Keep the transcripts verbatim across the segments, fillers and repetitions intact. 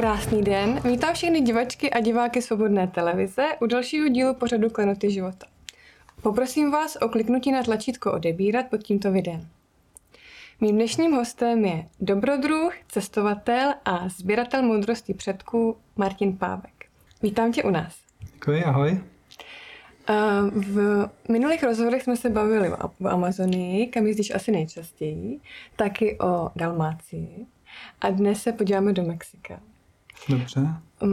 Krásný den, vítám všechny divačky a diváky Svobodné televize u dalšího dílu pořadu Klenoty života. Poprosím vás o kliknutí na tlačítko odebírat pod tímto videem. Mým dnešním hostem je dobrodruh, cestovatel a sběratel moudrosti předků Martin Pávek. Vítám tě u nás. Děkuji, ahoj. V minulých rozhovorech jsme se bavili o Amazonii, kam jezdíš asi nejčastěji, taky o Dalmácii. A dnes se podíváme do Mexika. Dobře.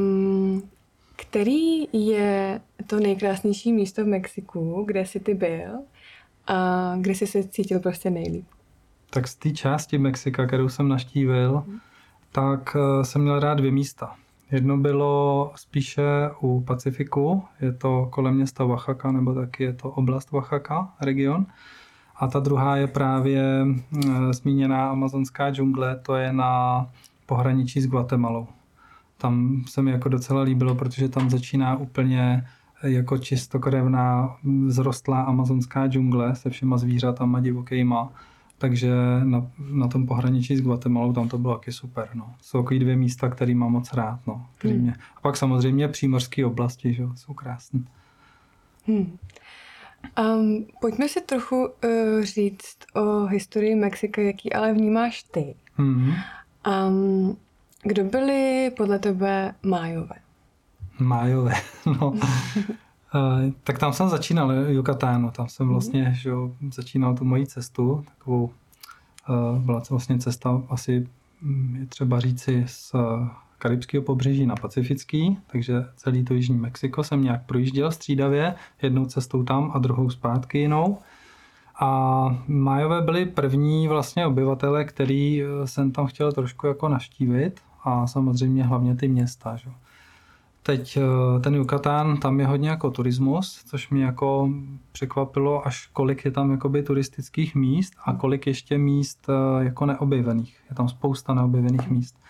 Který je to nejkrásnější místo v Mexiku, kde jsi ty byl a kde jsi se cítil prostě nejlíp? Tak z té části Mexika, kterou jsem navštívil, hmm. tak jsem měl rád dvě místa. Jedno bylo spíše u Pacifiku, je to kolem města Oaxaca, nebo taky je to oblast Oaxaca, region. A ta druhá je právě zmíněná amazonská džungle, to je na pohraničí s Guatemalou. Tam se mi jako docela líbilo, protože tam začíná úplně jako čistokrevná vzrostlá amazonská džungle se všema zvířatama divokýma. Takže na, na tom pohraničí s Guatemalou tam to bylo taky super. No. Jsou takový dvě místa, které mám moc rád. No, hmm. mě... A pak samozřejmě přímořské oblasti, že? Jsou krásné. Hmm. Um, pojďme si trochu uh, říct o historii Mexika, jaký ale vnímáš ty. Hmm. Um, kdo byli podle tebe Májové? Májové, no. uh, tak tam jsem začínal Yucatánu, tam jsem vlastně že, začínal tu moji cestu, takovou, uh, byla to vlastně cesta asi, je třeba říci, z karibského pobřeží na pacifický, takže celý to jižní Mexiko jsem nějak projížděl střídavě, jednou cestou tam a druhou zpátky jinou. A Májové byli první vlastně obyvatele, který jsem tam chtěl trošku jako navštívit a samozřejmě hlavně ty města. Že? Teď ten Yucatán, tam je hodně jako turismus, což mě jako překvapilo, až kolik je tam jakoby turistických míst a kolik ještě míst jako neobjevených. Je tam spousta neobjevených míst.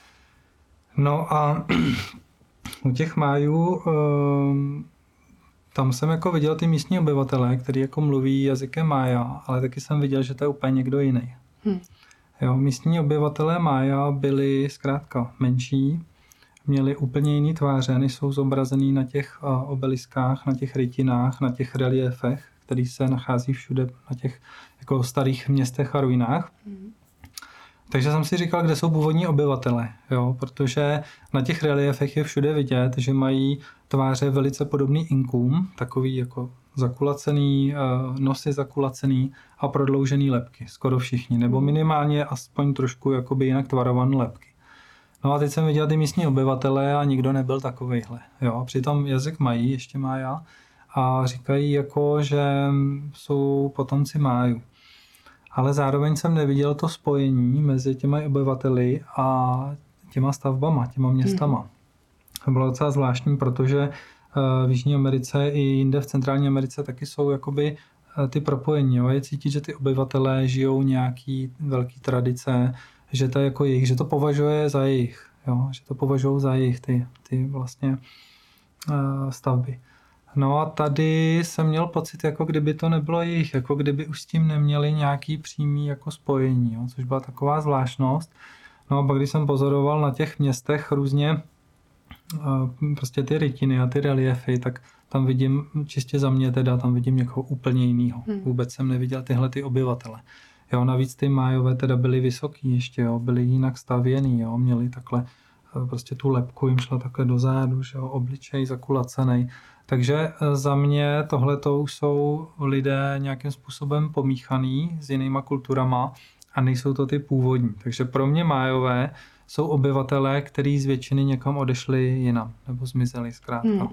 No a u těch Májů tam jsem jako viděl ty místní obyvatele, kteří jako mluví jazykem Mája, ale taky jsem viděl, že to je úplně někdo jiný. Hmm. Jo, místní obyvatelé Mája byli zkrátka menší, měli úplně jiný tváře, než jsou zobrazený na těch obeliskách, na těch rytinách, na těch reliéfech, který se nachází všude na těch jako starých městech a ruinách. Hmm. Takže jsem si říkal, kde jsou původní obyvatele, jo, protože na těch reliéfech je všude vidět, že mají tváře velice podobný Inkům, takový jako zakulacený, nosy zakulacený a prodloužený lebky, skoro všichni, nebo minimálně aspoň trošku jakoby jinak tvarované lebky. No a teď jsem viděl ty místní obyvatele a nikdo nebyl takovejhle, jo, a přitom jazyk mají, ještě Mája, a říkají jako, že jsou potomci Májů. Ale zároveň jsem neviděl to spojení mezi těma obyvateli a těma stavbama, těma městama. To bylo docela zvláštní, protože v Jižní Americe i jinde v Centrální Americe taky jsou jakoby ty propojení. Jo? Je cítit, že ty obyvatelé žijou nějaký velký tradice, že to je jako jejich, že to považuje za jejich, jo? Že to považují za jejich ty, ty vlastně stavby. No a tady jsem měl pocit, jako kdyby to nebylo jejich, jako kdyby už s tím neměli nějaký přímý jako spojení, jo, což byla taková zvláštnost. No a pak když jsem pozoroval na těch městech různě prostě ty rytiny a ty reliefy, tak tam vidím, čistě za mě teda, tam vidím někoho úplně jiného. Hmm. Vůbec jsem neviděl tyhle ty obyvatele. Jo, navíc ty Májové teda byli vysoký ještě, jo, byli jinak stavěný, jo, měli takhle prostě tu lebku jim šla takhle dozadu, že jo, obličej zakulacený. Takže za mě tohleto už jsou lidé nějakým způsobem pomíchaný s jinýma kulturama a nejsou to ty původní. Takže pro mě Májové jsou obyvatelé, kteří z většiny někam odešli jinam, nebo zmizeli zkrátka. Hmm.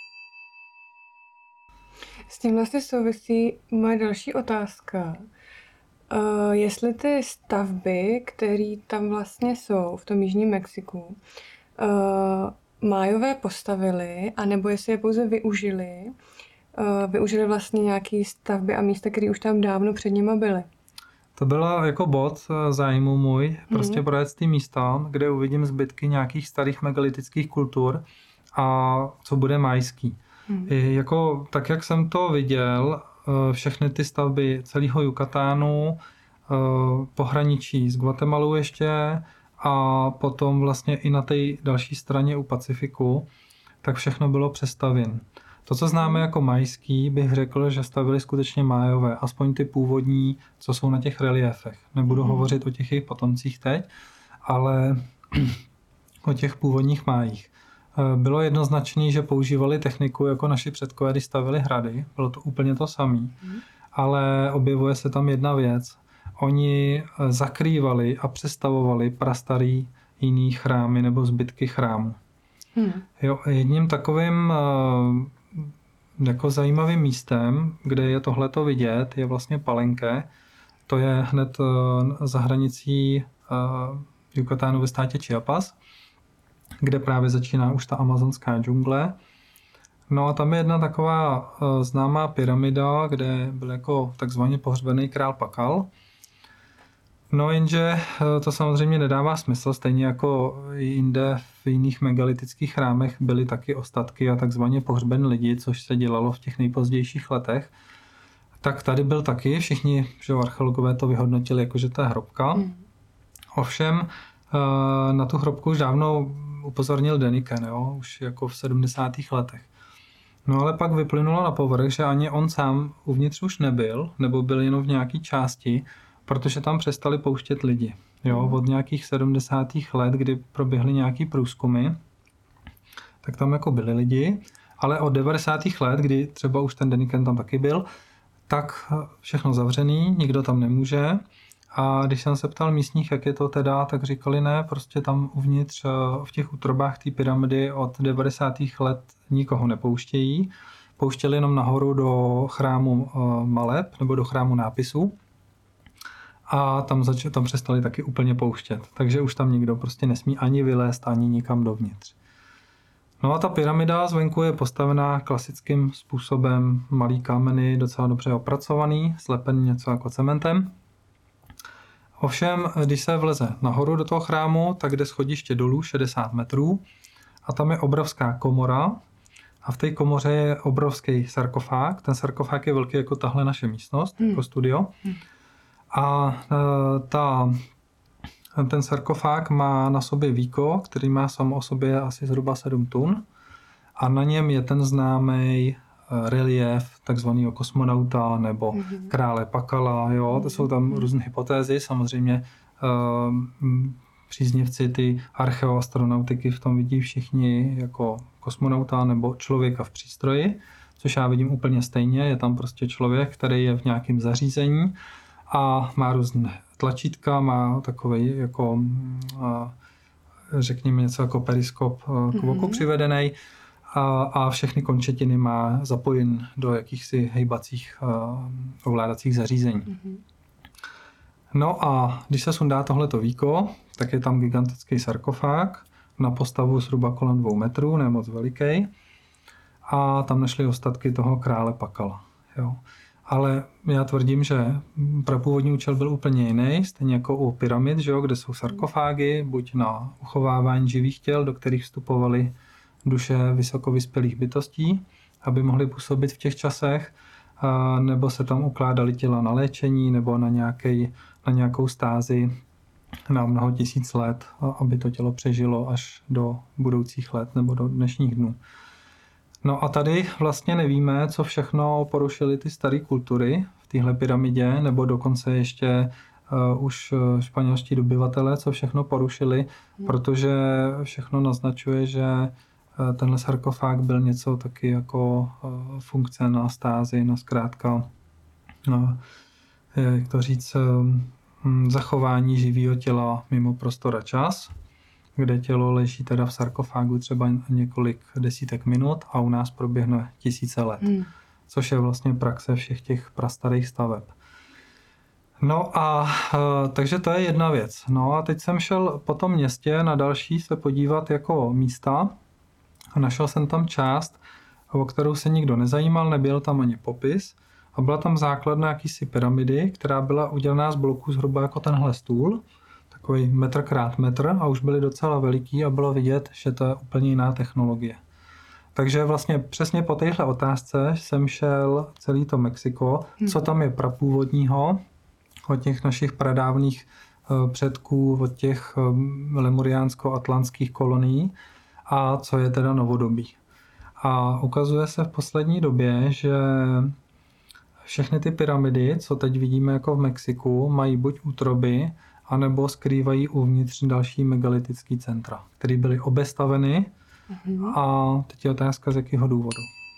S tím vlastně souvisí moje další otázka. Uh, jestli ty stavby, které tam vlastně jsou v tom jižním Mexiku, uh, Májové postavili, anebo jestli je pouze využili, uh, využili vlastně nějaké stavby a místa, které už tam dávno před nimi byly. To byla jako bod zájmu můj, prostě mm. projet ty místa, kde uvidím zbytky nějakých starých megalitických kultur a co bude majský. Mm. I jako, tak jak jsem to viděl, všechny ty stavby celého Yucatánu, pohraničí s Guatemalou ještě a potom vlastně i na té další straně u Pacifiku, tak všechno bylo přestavěn. To, co známe jako majský, bych řekl, že stavili skutečně Májové, aspoň ty původní, co jsou na těch reliéfech. Nebudu mm. hovořit o těch jejich potomcích teď, ale o těch původních Májích. Bylo jednoznačné, že používali techniku jako naši předkové, když stavili hrady. Bylo to úplně to samé. Mm. Ale objevuje se tam jedna věc. Oni zakrývali a přestavovali prastarý jiný chrámy nebo zbytky chrámu. Hmm. Jo, jedním takovým jako zajímavým místem, kde je tohleto vidět, je vlastně Palenque. To je hned za hranicí Yucatánu ve státě Chiapas, kde právě začíná už ta amazonská džungle. No a tam je jedna taková známá pyramida, kde byl jako takzvaně pohřbený král Pakal. No jenže to samozřejmě nedává smysl, stejně jako i jinde v jiných megalitických chrámech byly taky ostatky a takzvaně pohřben lidi, což se dělalo v těch nejpozdějších letech. Tak tady byl taky, všichni že archeologové to vyhodnotili jako, že to je hrobka. Hmm. Ovšem na tu hrobku už dávno upozornil Deniken, jo? Už jako v sedmdesátých letech. No ale pak vyplynulo na povrch, že ani on sám uvnitř už nebyl, nebo byl jenom v nějaké části, protože tam přestali pouštět lidi. Jo, od nějakých sedmdesátých let, kdy proběhly nějaký průzkumy, tak tam jako byli lidi, ale od devadesátých let, kdy třeba už ten Deniken tam taky byl, tak všechno zavřený, nikdo tam nemůže. A když jsem se ptal místních, jak je to teda, tak říkali ne, prostě tam uvnitř v těch útrobách té pyramidy od devadesátých let nikoho nepouštějí. Pouštěli jenom nahoru do chrámu maleb nebo do chrámu nápisů. A tam, zač- tam přestali taky úplně pouštět. Takže už tam nikdo prostě nesmí ani vylézt, ani nikam dovnitř. No a ta pyramida zvenku je postavená klasickým způsobem, malý kameny, docela dobře opracovaný, slepený něco jako cementem. Ovšem, když se vleze nahoru do toho chrámu, tak jde schodiště dolů šedesát metrů a tam je obrovská komora a v té komoře je obrovský sarkofág. Ten sarkofág je velký jako tahle naše místnost, hmm. jako studio. Hmm. A ta, ten sarkofág má na sobě víko, který má sam o sobě asi zhruba sedm tun a na něm je ten známý relief takzvaného kosmonauta nebo mm-hmm. krále Pakala. Jo? To jsou tam různé hypotézy, samozřejmě příznivci ty archeoastronautiky v tom vidí všichni jako kosmonauta nebo člověka v přístroji, což já vidím úplně stejně. Je tam prostě člověk, který je v nějakém zařízení a má různé tlačítka, má takový jako řekněme něco jako periskop k oku přivedený a, a všechny končetiny má zapojen do jakýchsi hejbacích ovládacích zařízení. No a když se sundá tohleto víko, tak je tam gigantický sarkofág na postavu zhruba kolem dvou metrů, ne moc veliký. A tam našli ostatky toho krále Pakala. Jo. Ale já tvrdím, že prapůvodní účel byl úplně jiný, stejně jako u pyramid, že jo, kde jsou sarkofágy, buď na uchovávání živých těl, do kterých vstupovaly duše vysokovyspělých bytostí, aby mohly působit v těch časech, nebo se tam ukládaly těla na léčení nebo na, nějaký, na nějakou stázi na mnoho tisíc let, aby to tělo přežilo až do budoucích let nebo do dnešních dnů. No a tady vlastně nevíme, co všechno porušily ty staré kultury v téhle pyramidě, nebo dokonce ještě uh, už španělští dobyvatelé, co všechno porušili, hmm. protože všechno naznačuje, že uh, tenhle sarkofág byl něco taky jako uh, funkce na stázi, na zkrátka, uh, jak to říct, um, zachování živého těla mimo prostor a čas, kde tělo leží teda v sarkofágu třeba několik desítek minut a u nás proběhne tisíce let, hmm. což je vlastně praxe všech těch prastarých staveb. No a takže to je jedna věc. No a teď jsem šel po tom městě na další se podívat jako místa a našel jsem tam část, o kterou se nikdo nezajímal, nebyl tam ani popis a byla tam základna jakýsi pyramidy, která byla udělaná z bloků zhruba jako tenhle stůl, takový metr krát metr a už byly docela veliký a bylo vidět, že to je úplně jiná technologie. Takže vlastně přesně po téhle otázce jsem šel celý to Mexiko, co tam je prapůvodního od těch našich pradávných předků od těch lemuriánsko-atlantských kolonií a co je teda novodobí. A ukazuje se v poslední době, že všechny ty pyramidy, co teď vidíme jako v Mexiku, mají buď útroby, anebo skrývají uvnitř další megalitický centra, které byly obestaveny. Mm-hmm. A teď je otázka, z jakého důvodu.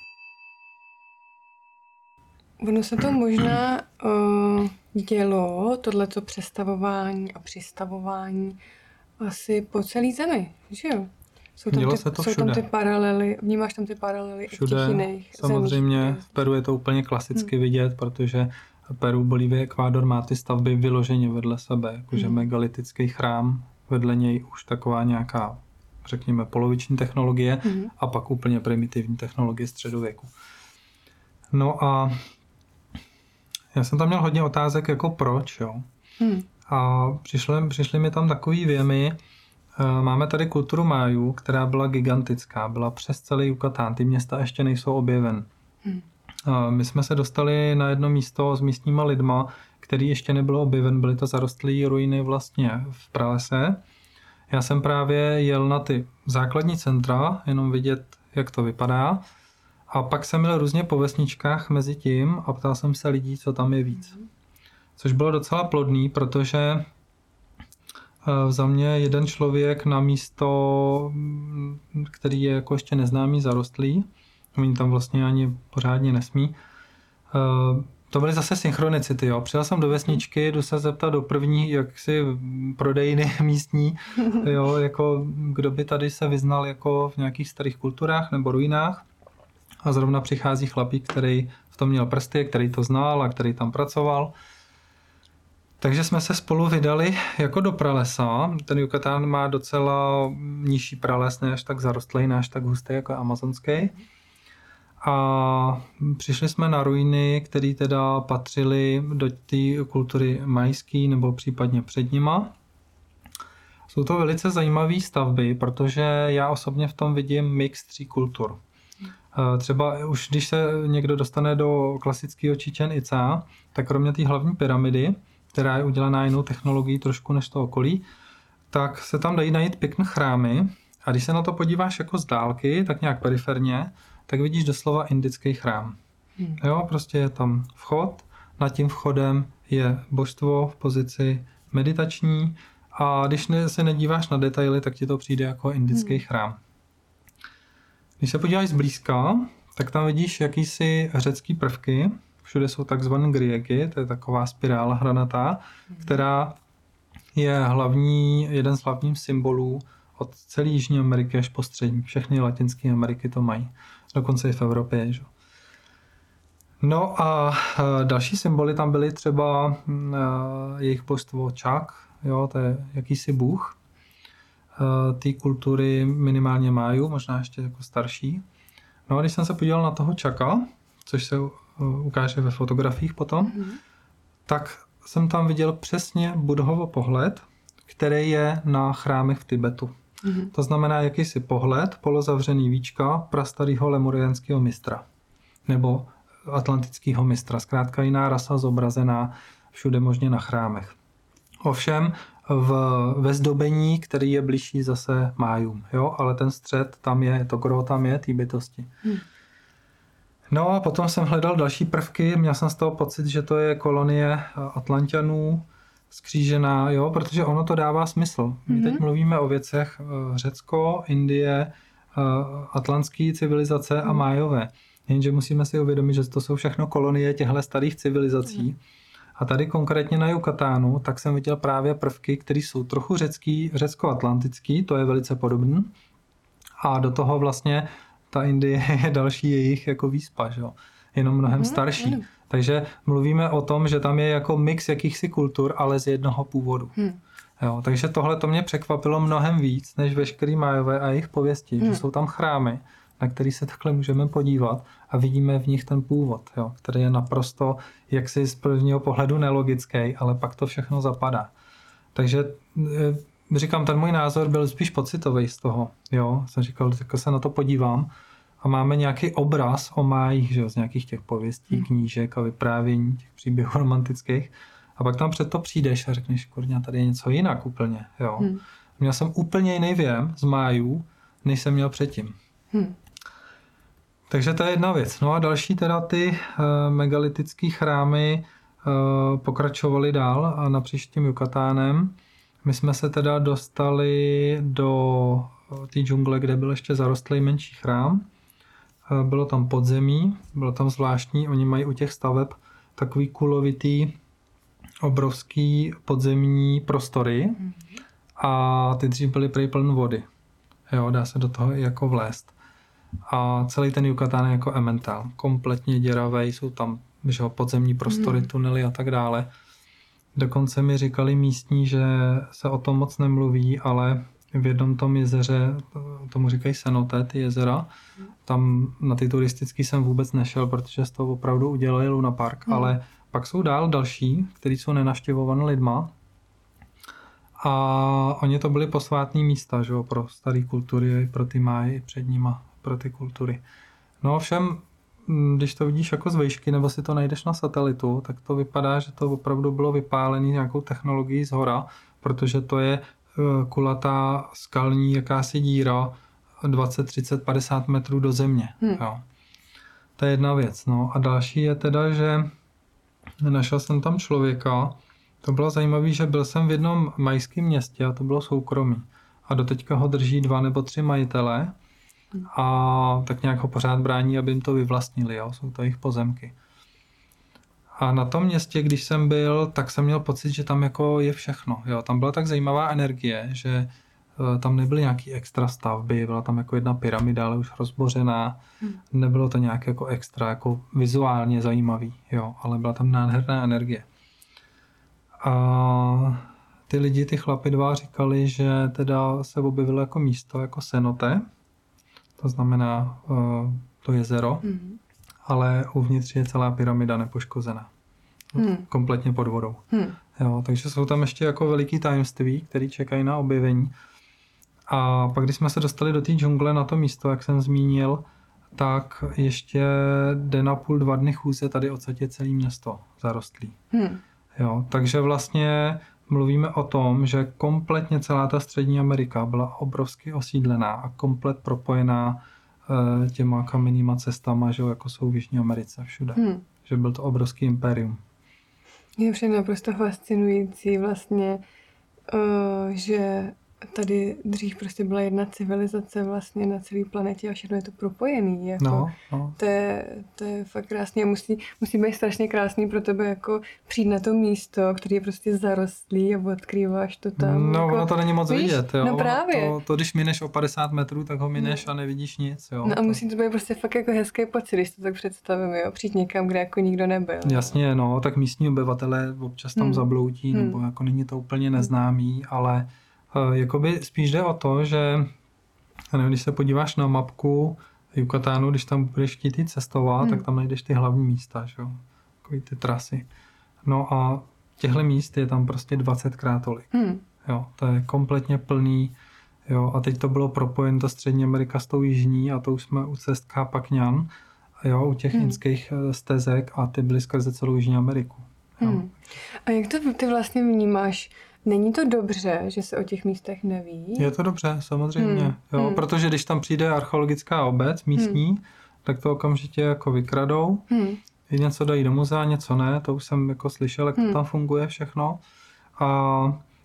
Ono se to možná uh, dělo, tohleto přestavování a přistavování asi po celé zemi, že jo? Jsou tam, ty, jsou tam ty paralely, vnímáš tam ty paralely všude, i v těch jiných samozřejmě zemích? V Peru je to úplně klasicky hmm. vidět, protože Peru, Bolívie, Ekvádor má ty stavby vyloženě vedle sebe, jakože hmm. megalitický chrám, vedle něj už taková nějaká, řekněme, poloviční technologie hmm. a pak úplně primitivní technologie středověku. No a já jsem tam měl hodně otázek, jako proč, jo. Hmm. A přišly, přišly mi tam takový věmy. Máme tady kulturu Májů, která byla gigantická, byla přes celý Yucatán, ty města ještě nejsou objeven. Hmm. My jsme se dostali na jedno místo s místníma lidma, který ještě nebylo objeven, byly to zarostlé ruiny vlastně v pralese. Já jsem právě jel na ty základní centra, jenom vidět, jak to vypadá. A pak jsem jel různě po vesničkách mezi tím a ptal jsem se lidí, co tam je víc. Což bylo docela plodný, protože za mě jeden člověk na místo, který je jako ještě neznámý, zarostlý, oni tam vlastně ani pořádně nesmí. To byly zase synchronicity, jo. Přijel jsem do vesničky, jdu se zeptat do první jaksi prodejny místní, jo, jako kdo by tady se vyznal jako v nějakých starých kulturách nebo ruinách. A zrovna přichází chlapík, který v tom měl prsty, který to znal a který tam pracoval. Takže jsme se spolu vydali jako do pralesa. Ten Yucatán má docela nižší prales, ne až tak zarostlej, ne až tak hustý jako amazonský. A přišli jsme na ruiny, které teda patřily do té kultury majské nebo případně před nima. Jsou to velice zajímavé stavby, protože já osobně v tom vidím mix tří kultur. Třeba už když se někdo dostane do klasického Chichen Itza, tak kromě té hlavní pyramidy, která je udělaná jinou technologií trošku než to okolí, tak se tam dají najít pěkné chrámy a když se na to podíváš jako z dálky, tak nějak periferně, tak vidíš doslova indický chrám. Hmm. Jo, prostě je tam vchod, nad tím vchodem je božstvo v pozici meditační a když se nedíváš na detaily, tak ti to přijde jako indický hmm. chrám. Když se podíváš zblízka, tak tam vidíš jakýsi řecký prvky. Všude jsou takzvané grieky, to je taková spirála hranatá, mm. která je hlavní, jeden z hlavních symbolů od celé Jižní Ameriky až po střední. Všechny latinské Ameriky to mají. Dokonce i v Evropě. Že? No a další symboly tam byly třeba jejich božstvo Čak, jo, to je jakýsi bůh té kultury minimálně Májů, možná ještě jako starší. No a když jsem se podíval na toho Čaka, což se ukáže ve fotografiích potom, mm-hmm. tak jsem tam viděl přesně Budhovo pohled, který je na chrámech v Tibetu. Mm-hmm. To znamená jakýsi pohled, polozavřený víčka prastarýho lemuriánského mistra. Nebo atlantického mistra. Zkrátka jiná rasa zobrazená všude možně na chrámech. Ovšem v, ve zdobení, který je bližší zase Májům. Jo? Ale ten střed tam je, to gro tam je, té bytosti. Mm. No a potom jsem hledal další prvky, měl jsem z toho pocit, že to je kolonie Atlanťanů skřížená, jo, protože ono to dává smysl. My mm-hmm. teď mluvíme o věcech Řecko, Indie, atlantské civilizace mm. a Májové. Jenže musíme si uvědomit, že to jsou všechno kolonie těchto starých civilizací. Mm. A tady konkrétně na Yucatánu, tak jsem viděl právě prvky, které jsou trochu řecký, řecko-atlantický, to je velice podobný. A do toho vlastně ta Indie je další jejich jako výspa, že jo? Jenom mnohem mm, starší. Mm. Takže mluvíme o tom, že tam je jako mix jakýchsi kultur, ale z jednoho původu. Mm. Jo, takže tohle to mě překvapilo mnohem víc, než veškerý Májové a jejich pověsti, mm. že jsou tam chrámy, na který se takhle můžeme podívat a vidíme v nich ten původ, jo, který je naprosto jaksi z prvního pohledu nelogický, ale pak to všechno zapadá. Takže říkám, ten můj názor byl spíš pocitový z toho. Jo, jsem říkal, tak se na to podívám a máme nějaký obraz o Májích, že jo, z nějakých těch pověstí, hmm. knížek a vyprávění těch příběhů romantických. A pak tam před to přijdeš a řekneš, kurňa, tady je něco jinak úplně. Jo. Hmm. Měl jsem úplně jiný věm z májů, než jsem měl předtím. Hmm. Takže to je jedna věc. No a další teda ty uh, megalitické chrámy uh, pokračovaly dál a napříč tím Yucatánem. My jsme se teda dostali do té džungle, kde byl ještě zarostlý menší chrám. Uh, bylo tam podzemí, bylo tam zvláštní. Oni mají u těch staveb takový kulovitý, obrovský podzemní prostory mm. a ty dřív byly prej pln vody. Jo, dá se do toho i jako vlézt. A celý ten Yucatán je jako Emmental. Kompletně děravej, jsou tam že jo, podzemní prostory, mm. tunely a tak dále. Dokonce mi říkali místní, že se o tom moc nemluví, ale v jednom tom jezeře, tomu říkají Cenote, ty jezera, tam na ty turistický jsem vůbec nešel, protože z toho opravdu udělali Luna Park, mm. ale pak jsou dál další, který jsou nenavštěvované lidma a oni to byly posvátný místa, že jo, pro staré kultury, pro ty máji před nima, pro ty kultury. No ovšem, když to vidíš jako z výšky nebo si to najdeš na satelitu, tak to vypadá, že to opravdu bylo vypálené nějakou technologií z hora, protože to je kulatá skalní jakási díra dvacet, třicet, padesát metrů do země. Hmm. Jo. To je jedna věc. No. A další je teda, že našel jsem tam člověka, to bylo zajímavé, že byl jsem v jednom majském městě a to bylo soukromí. A doteďka ho drží dva nebo tři majitele a tak nějak ho pořád brání, aby jim to vyvlastnili. Jo? Jsou to jejich pozemky. A na tom městě, když jsem byl, tak jsem měl pocit, že tam jako je všechno. Jo? Tam byla tak zajímavá energie, že tam nebyly nějaký extra stavby, byla tam jako jedna pyramida, ale už rozbořená. Hmm. Nebylo to nějak jako extra, jako vizuálně zajímavý, jo? Ale byla tam nádherná energie. A ty lidi, ty chlapi dva říkali, že teda se objevilo jako místo, jako Cenote, to znamená uh, to jezero, hmm. ale uvnitř je celá pyramida nepoškozená. Hmm. Kompletně pod vodou. Hmm. Jo, takže jsou tam ještě jako veliký tajemství, které čekají na objevení. A pak, když jsme se dostali do té džungle na to místo, jak jsem zmínil, tak ještě den a půl, dva dny chůze tady odsaď je celé město zarostlý. Hmm. Jo, takže vlastně mluvíme o tom, že kompletně celá ta Střední Amerika byla obrovsky osídlená a komplet propojená e, těma kamennýma cestama, že jo, jako jsou v Jižní Americe všude. Hmm. Že byl to obrovský impérium. Je všem naprosto fascinující vlastně, uh, že tady dřív prostě byla jedna civilizace vlastně na celé planetě a všechno je to propojený. Jako, no, no. To, je, to je fakt krásný a musí, musí být strašně krásný pro tebe jako přijít na to místo, který je prostě zarostlý a odkrýváš to tam. No, jako, ono to není moc víš? vidět. Jo? No právě. To, to, když mineš o padesát metrů, tak ho mineš no. a nevidíš nic. Jo? No a musí to být prostě fakt jako hezký pocit, když to tak představím, jo? Přijít někam, kde jako nikdo nebyl. Jasně, no, tak místní obyvatelé občas tam hmm. zabloudí, hmm. nebo jako není to úplně neznámý, ale jakoby spíš jde o to, že nevím, když se podíváš na mapku Yucatánu, když tam budeš chtít jít cestovat, hmm. tak tam najdeš ty hlavní místa, že jo? Takový ty trasy. No a těchto míst je tam prostě dvacetkrát tolik. Hmm. Jo, to je kompletně plný. Jo, a teď to bylo propojeno ta Střední Amerika s tou jižní a to už jsme u cest Kápakňan, jo, u těch hmm. inských stezek a ty byly skrze celou Jižní Ameriku. Jo. Hmm. A jak to ty vlastně vnímáš? Není to dobře, že se o těch místech neví? Je to dobře, samozřejmě. Hmm. Jo, hmm. Protože když tam přijde archeologická obec místní, hmm. tak to okamžitě jako vykradou. Hmm. Něco dají do muzea, něco ne. To už jsem jako slyšel, jak hmm. to tam funguje všechno. A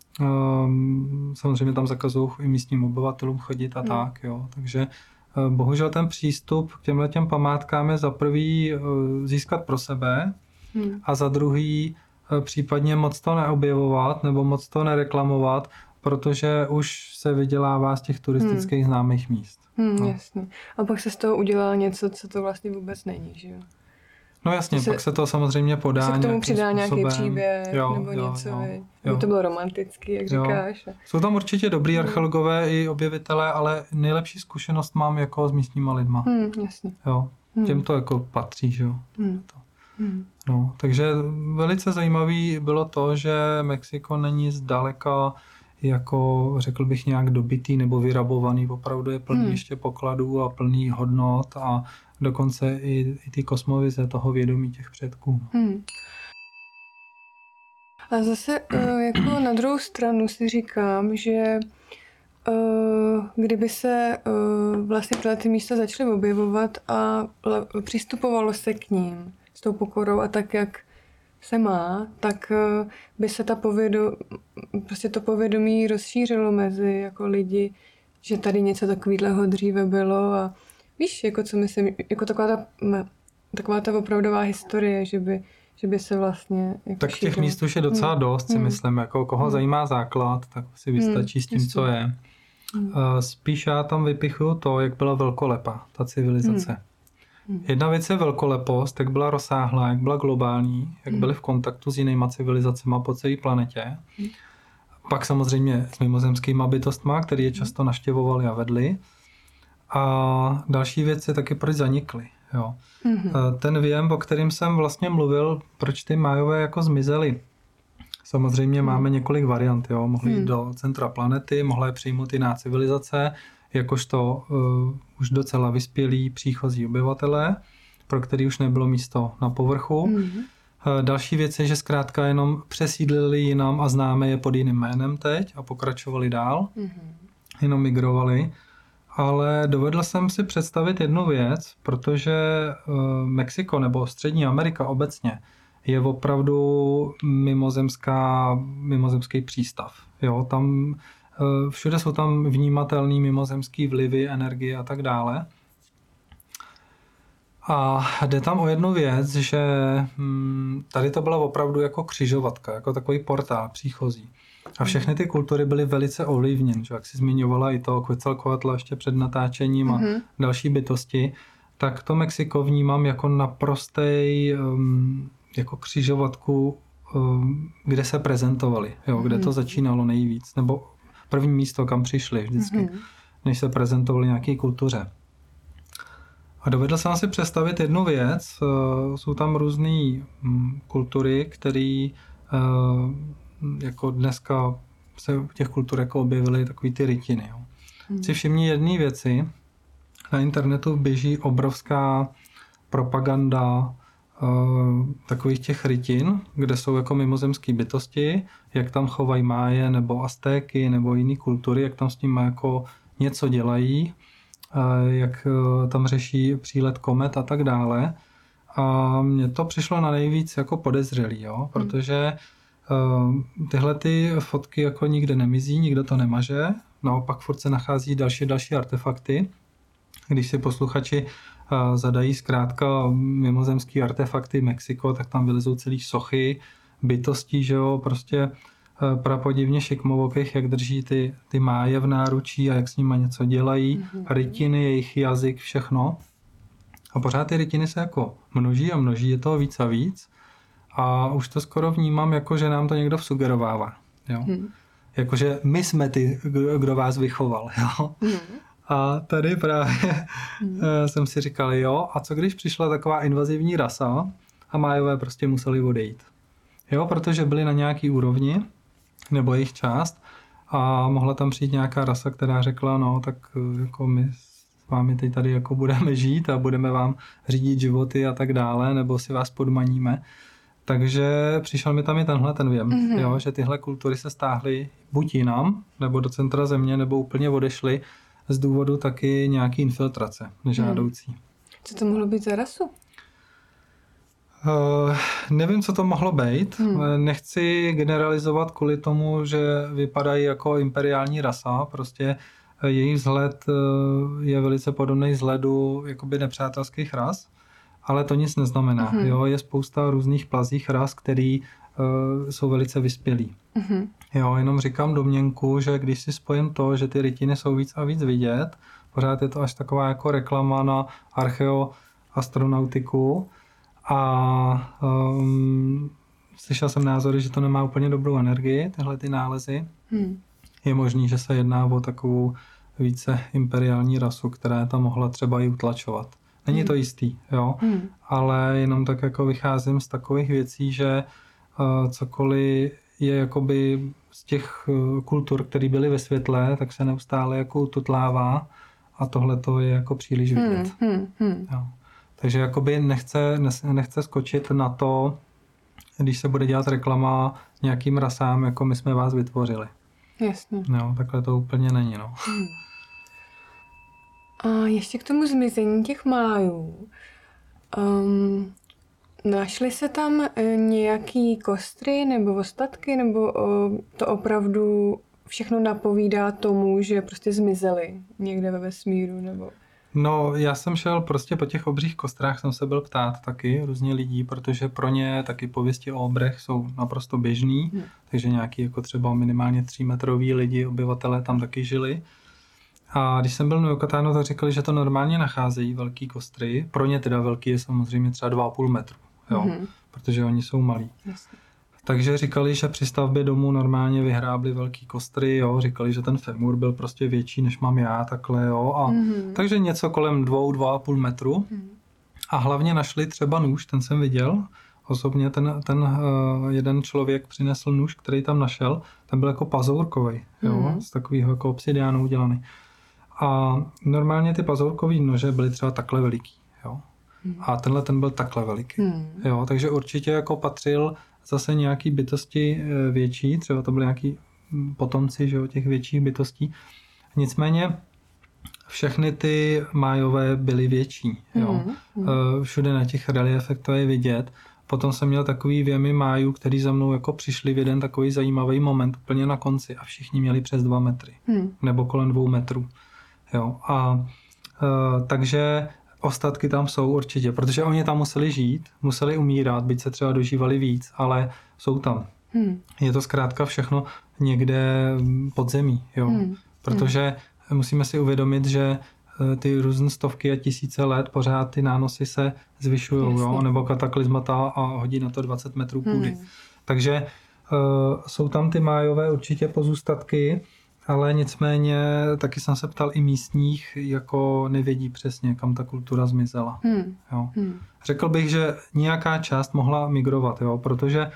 um, samozřejmě tam zakazují i místním obyvatelům chodit a hmm. tak. Jo. Takže uh, bohužel ten přístup k těmhletěm památkám je za prvý uh, získat pro sebe hmm. a za druhý případně moc to neobjevovat nebo moc to nereklamovat, protože už se vydělává z těch turistických hmm. známých míst. Hmm, no. Jasně. A pak se z toho udělá něco, co to vlastně vůbec není, že jo? No jasně, se, pak se to samozřejmě podá se k tomu přidá způsobem. nějaký příběh jo, nebo jo, něco, jo, jo. To bylo romantický, jak jo. říkáš. Jsou tam určitě dobrý archeologové i objevitelé, ale nejlepší zkušenost mám jako s místníma lidma. Hmm, jasně. Jo, hmm. těm to jako patří, že jo. Hmm. To. Hmm. No, takže velice zajímavý bylo to, že Mexiko není zdaleka jako, řekl bych, nějak dobitý nebo vyrabovaný. Opravdu je plný hmm. ještě pokladů a plný hodnot a dokonce i, i ty kosmovize toho vědomí těch předků. Hmm. A zase jako na druhou stranu si říkám, že kdyby se vlastně tyhle ty místa začaly objevovat a přistupovalo se k ním s tou pokorou a tak, jak se má, tak by se ta povědomí, prostě to povědomí rozšířilo mezi jako lidi, že tady něco takového dříve bylo a víš, jako co myslím, jako taková ta, taková ta opravdová historie, že by, že by se vlastně jako tak těch šířilo. Míst už je docela hmm. dost, si hmm. myslím, jako koho hmm. zajímá základ, tak si vystačí hmm. s tím, Jasně. co je. Hmm. Spíš já tam vypichuju to, jak byla velkolepá ta civilizace. Hmm. Jedna věc je velkolepost, jak byla rozsáhlá, jak byla globální, jak byly v kontaktu s jinýma civilizacemi po celé planetě. Hmm. Pak samozřejmě s mimozemskýma bytostma, který je často naštěvovali a vedli. A další věc je taky, proč zanikly. Jo. Mm-hmm. Ten věm, o kterým jsem vlastně mluvil, proč ty Májové jako zmizely. Samozřejmě mm. máme několik variant. Jo. Mohli jít mm. do centra planety, mohla je přijmout jiná civilizace, jakožto uh, už docela vyspělí příchozí obyvatelé, pro který už nebylo místo na povrchu. Mm. Uh, další věc je, že zkrátka jenom přesídlili jinam a známe je pod jiným jménem teď a pokračovali dál. Mm. Jenom migrovali. Ale dovedl jsem si představit jednu věc, protože uh, Mexiko nebo Střední Amerika obecně je opravdu mimozemská, mimozemský přístav. Jo, tam, uh, všude jsou tam vnímatelný mimozemský vlivy, energie a tak dále. A jde tam o jednu věc, že hm, tady to byla opravdu jako křižovatka, jako takový portál příchozí. A všechny ty kultury byly velice ovlivněny, jak jsi zmiňovala i to Quetzalcoatla ještě před natáčením a mm-hmm. další bytosti, tak to Mexiko vnímám jako naprostej um, jako křižovatku, um, kde se prezentovali, jo, kde mm-hmm. to začínalo nejvíc, nebo první místo, kam přišli vždycky, mm-hmm. než se prezentovali nějaké kultuře. A dovedl jsem si představit jednu věc, uh, jsou tam různé um, kultury, které uh, jako dneska se v těch kultur jako objevily takový ty rytiny. Jo. Hmm. Si všimni jedné věci, na internetu běží obrovská propaganda uh, takových těch rytin, kde jsou jako mimozemské bytosti, jak tam chovají Máje nebo Aztéky nebo jiné kultury, jak tam s nimi jako něco dělají, uh, jak uh, tam řeší přílet komet a tak dále. A mně to přišlo na nejvíc jako podezřelý, jo, protože Uh, tyhle ty fotky jako nikde nemizí, nikdo to nemaže, naopak furt se nachází další další artefakty. Když si posluchači uh, zadají zkrátka mimozemský artefakty Mexiko, tak tam vylezou celý sochy, bytostí, že jo, prostě uh, prapodivně šikmovokých, jak drží ty, ty Máje v náručí a jak s nimi něco dělají, mm-hmm. rytiny, jejich jazyk, všechno. A pořád ty rytiny se jako množí a množí, je toho víc a víc. A už to skoro vnímám, jako že nám to někdo vsugerovává. Jo? Hmm. Jakože my jsme ty, kdo vás vychoval. Jo? Hmm. A tady právě hmm. jsem si říkal, jo, a co když přišla taková invazivní rasa a Májové prostě museli odejít. Jo, protože byli na nějaký úrovni, nebo jejich část, a mohla tam přijít nějaká rasa, která řekla, no, tak jako my s vámi teď tady jako budeme žít a budeme vám řídit životy a tak dále, nebo si vás podmaníme. Takže přišel mi tam i tenhle ten věm, mm-hmm. jo, že tyhle kultury se stáhly buď jinam, nebo do centra země, nebo úplně odešly z důvodu taky nějaký infiltrace nežádoucí. Mm. Co to mohlo být za rasu? Uh, nevím, co to mohlo být. Hmm. Nechci generalizovat kvůli tomu, že vypadají jako imperiální rasa. Prostě jejich vzhled je velice podobný vzhledu jakoby nepřátelských ras. Ale to nic neznamená. Uh-huh. Jo, je spousta různých plazích ras, který uh, jsou velice vyspělí. Uh-huh. Jo, jenom říkám domněnku, že když si spojím to, že ty rytiny jsou víc a víc vidět, pořád je to až taková jako reklama na archeoastronautiku a um, slyšel jsem názory, že to nemá úplně dobrou energii, tyhle ty nálezy. Uh-huh. Je možný, že se jedná o takovou více imperiální rasu, která tam mohla třeba i utlačovat. Není to jistý, jo, hmm. ale jenom tak jako vycházím z takových věcí, že uh, cokoliv je jakoby z těch uh, kultur, které byly ve světle, tak se neustále jako ututlává a tohle to je jako příliš vidět. Hmm. Hmm. Jo. Takže jakoby nechce, nechce skočit na to, když se bude dělat reklama nějakým rasám, jako my jsme vás vytvořili. Jasně. No, takhle to úplně není, no. Hmm. A ještě k tomu zmizení těch májů. Um, našly se tam nějaký kostry nebo ostatky, nebo o, to opravdu všechno napovídá tomu, že prostě zmizeli někde ve vesmíru, nebo... No, já jsem šel prostě po těch obřích kostrách, jsem se byl ptát taky různě lidí, protože pro ně taky pověsti o obrech jsou naprosto běžný, hmm. takže nějaký jako třeba minimálně třímetrový lidi, obyvatelé tam taky žili. A když jsem byl na Yucatánu, tak říkali, že to normálně nacházejí velký kostry. Pro ně teda velký je samozřejmě třeba dva a půl metru, jo, hmm. protože oni jsou malí. Jasně. Takže říkali, že při stavbě domu normálně vyhrábli velký kostry, jo, říkali, že ten femur byl prostě větší, než mám já, takhle, jo, a mm-hmm. takže něco kolem dvou, dva a půl metru. Mm. A hlavně našli třeba nůž, ten jsem viděl, osobně ten, ten uh, jeden člověk přinesl nůž, který tam našel, ten byl jako pazourkovej, jo, mm. z takového jako obsidiánu udělaný. A normálně ty pazourkový nože byly třeba takhle veliký, jo. Mm. A tenhle ten byl takhle veliký, mm. jo, takže určitě jako patřil zase nějaký bytosti větší, třeba to byly nějaký potomci, že jo, těch větších bytostí. Nicméně všechny ty májové byly větší, jo. Mm, mm. Všude na těch reliefech to je vidět. Potom jsem měl takový věmy májů, který za mnou jako přišli v jeden takový zajímavý moment úplně na konci a všichni měli přes dva metry. Mm. Nebo kolem dvou metrů. Jo. A uh, takže ostatky tam jsou určitě, protože oni tam museli žít, museli umírat, byť se třeba dožívali víc, ale jsou tam. Hmm. Je to zkrátka všechno někde pod zemí, jo. Hmm. Protože musíme si uvědomit, že ty různé stovky a tisíce let pořád ty nánosy se zvyšují, jo, nebo kataklizmata a hodí na to dvacet metrů půdy. Hmm. Takže uh, jsou tam ty májové určitě pozůstatky, ale nicméně taky jsem se ptal i místních, jako nevědí přesně, kam ta kultura zmizela. Hmm. Jo. Hmm. Řekl bych, že nějaká část mohla migrovat, jo, protože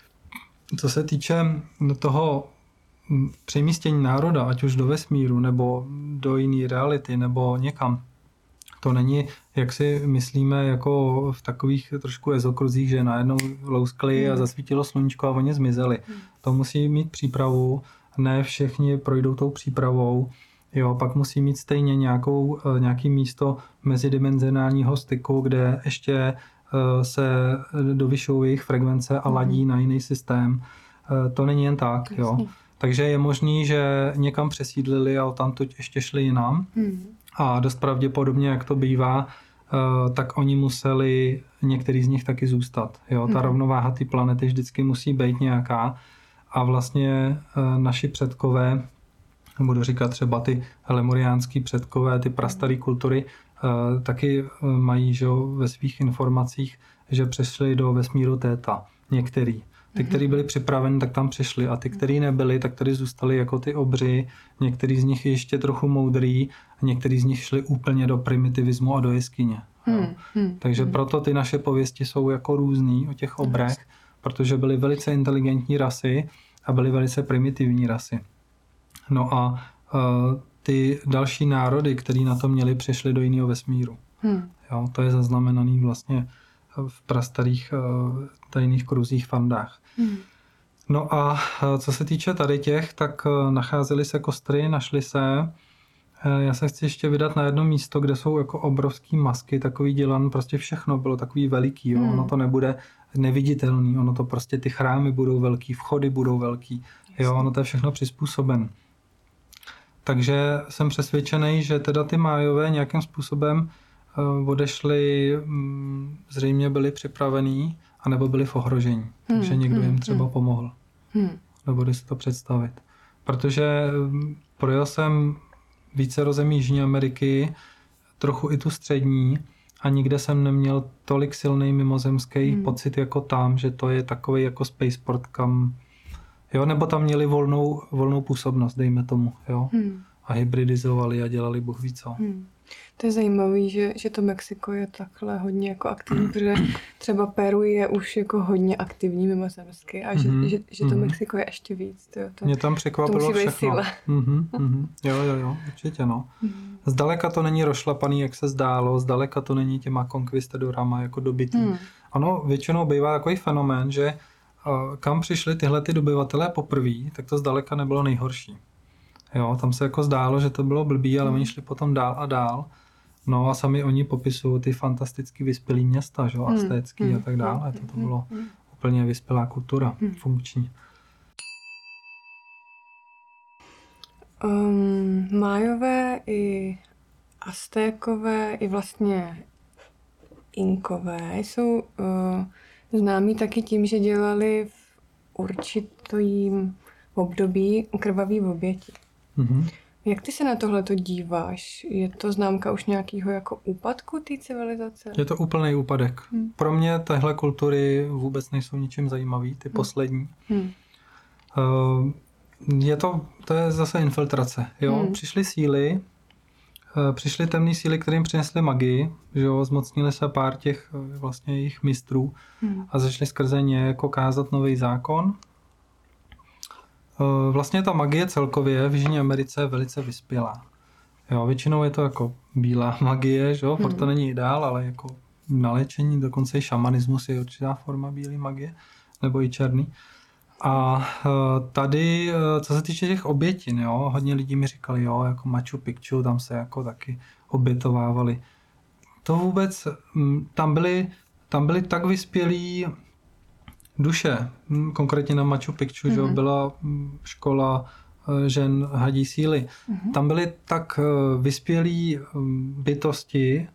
co se týče toho přemístění národa, ať už do vesmíru, nebo do jiné reality, nebo někam, to není, jak si myslíme, jako v takových trošku ezokruzích, že najednou louskli hmm. a zasvítilo sluníčko a oni zmizeli. Hmm. To musí mít přípravu, ne všichni projdou tou přípravou, jo, pak musí mít stejně nějakou, nějaký místo mezidimenzionálního styku, kde ještě se dovyšují jejich frekvence a ladí na jiný systém. To není jen tak, jo. Takže je možný, že někam přesídlili a odtamtud ještě šli jinam. Hmm. A dost pravděpodobně, jak to bývá, tak oni museli, některý z nich taky zůstat. Jo. Ta hmm. rovnováha té planety vždycky musí být nějaká. A vlastně naši předkové, budu říkat třeba ty lemuriánský předkové, ty prastaré kultury, taky mají, že jo, ve svých informacích, že přešli do vesmíru Téta. Některý. Ty, kteří byli připraveni, tak tam přišli. A ty, kteří nebyli, tak tady zůstali jako ty obři. Některý z nich je ještě trochu moudrý. A některý z nich šli úplně do primitivismu a do jeskyně. Hmm, hmm, Takže hmm. proto ty naše pověsti jsou jako různý o těch obrech, protože byly velice inteligentní rasy a byly velice primitivní rasy. No a uh, ty další národy, který na to měli, přišli do jiného vesmíru. Hmm. Jo, to je zaznamenaný vlastně v prastarých uh, tajných kruzích fandách. Hmm. No a uh, co se týče tady těch, tak uh, nacházely se kostry, našly se. Uh, já se chci ještě vydat na jedno místo, kde jsou jako obrovský masky, takový dělan, prostě všechno bylo takový veliký, jo? Hmm. Ono to nebude neviditelný, ono to prostě ty chrámy budou velký, vchody budou velký, jo? Ono to je všechno přizpůsoben. Takže jsem přesvědčený, že teda ty májové nějakým způsobem odešli, zřejmě byli připravení, anebo byli v ohrožení. Hmm, takže někdo hmm, jim třeba hmm. pomohl. Hmm. Nebudu si to představit. Protože projel jsem více rozemí Jižní Ameriky, trochu i tu střední, a nikde jsem neměl tolik silný mimozemský hmm. pocit jako tam, že to je takový jako spaceport, kam... Jo, nebo tam měli volnou, volnou působnost, dejme tomu. Jo? Hmm. A hybridizovali a dělali bůh ví co. Hmm. To je zajímavé, že, že to Mexiko je takhle hodně jako aktivní, protože třeba Peru je už jako hodně aktivní mimozemsky a že, mm-hmm. že, že to Mexiko je ještě víc. To, to, Mě tam překvapilo všechno. Mm-hmm, mm-hmm. Jo, jo, jo, určitě no. Mm-hmm. Zdaleka to není rozšlapaný, jak se zdálo, zdaleka to není těma konkvistadorama jako dobytý. Mm. Ono většinou bývá takový fenomén, že kam přišli tyhle ty dobyvatelé poprvé, tak to zdaleka nebylo nejhorší. Jo, tam se jako zdálo, že to bylo blbý, ale mm. oni šli potom dál a dál. No a sami oni popisují ty fantasticky vyspělý města, že jo, aztécký mm. a tak dále. To, to bylo mm. úplně vyspělá kultura, mm. funkční. Um, Májové i Aztékové i vlastně Inkové jsou uh, známí taky tím, že dělali v určitým období krvavý oběti. Mm-hmm. Jak ty se na tohleto díváš? Je to známka už nějakého jako úpadku té civilizace? Je to úplný úpadek. Hmm. Pro mě tahle kultury vůbec nejsou ničím zajímavý, ty hmm. poslední. Hmm. Uh, je to, to je zase infiltrace. Jo? Hmm. Přišly síly, uh, přišly temné síly, kterým přinesly magii, že jo? Zmocnili se pár těch vlastně jejich mistrů hmm. a začali skrze ně jako kázat nový zákon. Vlastně ta magie celkově v Jižní Americe je velice vyspělá. Jo, většinou je to jako bílá magie, že jo, hmm. to není ideál, ale jako na léčení, dokonce i šamanismus je určitá forma bílé magie, nebo i černý. A tady, co se týče těch obětin, jo, hodně lidí mi říkali, jo, jako Machu Picchu, tam se jako taky obětovávali. To vůbec, tam byly, tam byly tak vyspělí duše, konkrétně na Machu Picchu, mm-hmm. že byla škola žen hadí síly. Mm-hmm. Tam byly tak vyspělí bytosti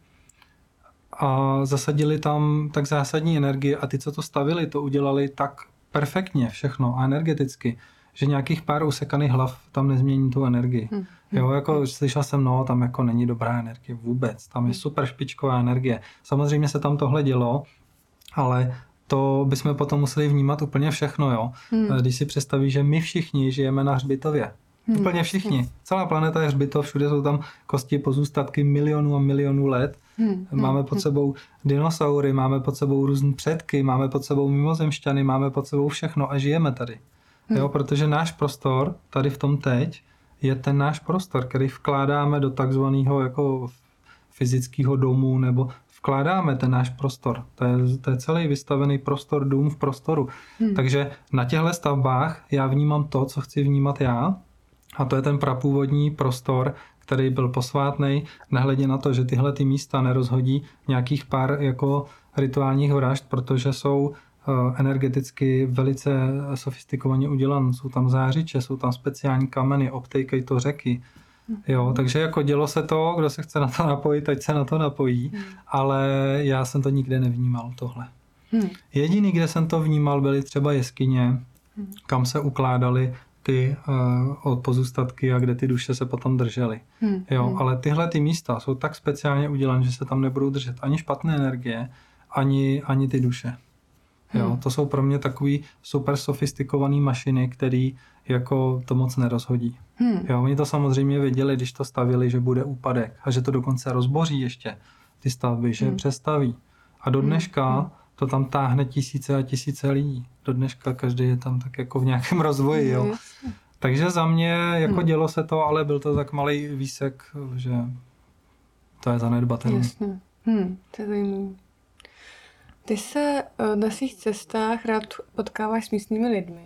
a zasadili tam tak zásadní energie a ty, co to stavili, to udělali tak perfektně všechno a energeticky, že nějakých pár usekaných hlav tam nezmění tu energii. Mm-hmm. Jo, jako slyšel jsem, no, tam jako není dobrá energie vůbec, tam je super špičková energie. Samozřejmě se tam tohle dělo, ale to bychom potom museli vnímat úplně všechno, jo. Hmm. Když si představíš, že my všichni žijeme na hřbitově. Hmm. Úplně všichni. Celá planeta je hřbitov, všude jsou tam kosti, pozůstatky milionů a milionů let. Hmm. Máme pod sebou dinosaury, máme pod sebou různé předky, máme pod sebou mimozemšťany, máme pod sebou všechno a žijeme tady. Hmm. Jo, protože náš prostor, tady v tom teď, je ten náš prostor, který vkládáme do takzvaného jako fyzického domu nebo vkládáme ten náš prostor. To je, to je celý vystavený prostor, dům v prostoru. Hmm. Takže na těchto stavbách já vnímám to, co chci vnímat já. A to je ten prapůvodní prostor, který byl posvátnej, nehledě na to, že tyhle ty místa nerozhodí nějakých pár jako rituálních vražd, protože jsou uh, energeticky velice sofistikovaně udělané. Jsou tam zářiče, jsou tam speciální kameny, obtejkají to řeky. Jo, takže jako dělo se to, kdo se chce na to napojit, ať se na to napojí, hmm. ale já jsem to nikde nevnímal, tohle. Hmm. Jediný, kde jsem to vnímal, byly třeba jeskyně, hmm. kam se ukládaly ty uh, pozůstatky a kde ty duše se potom držely. Hmm. Jo, hmm. ale tyhle ty místa jsou tak speciálně udělané, že se tam nebudou držet ani špatné energie, ani, ani ty duše. Jo, hmm. to jsou pro mě takový super sofistikovaný mašiny, který jako to moc nerozhodí. Hmm. Jo, oni to samozřejmě věděli, když to stavili, že bude úpadek a že to dokonce rozboří ještě ty stavby, že hmm. přestaví. A do dneška hmm. to tam táhne tisíce a tisíce lidí. Do dneška každý je tam tak jako v nějakém rozvoji. Jo. Hmm. Takže za mě jako hmm. dělo se to, ale byl to tak malý výsek, že to je zanedbatelné. Jasně. Hmm, to je zajímavé. Ty se na svých cestách rád potkáváš s místními lidmi.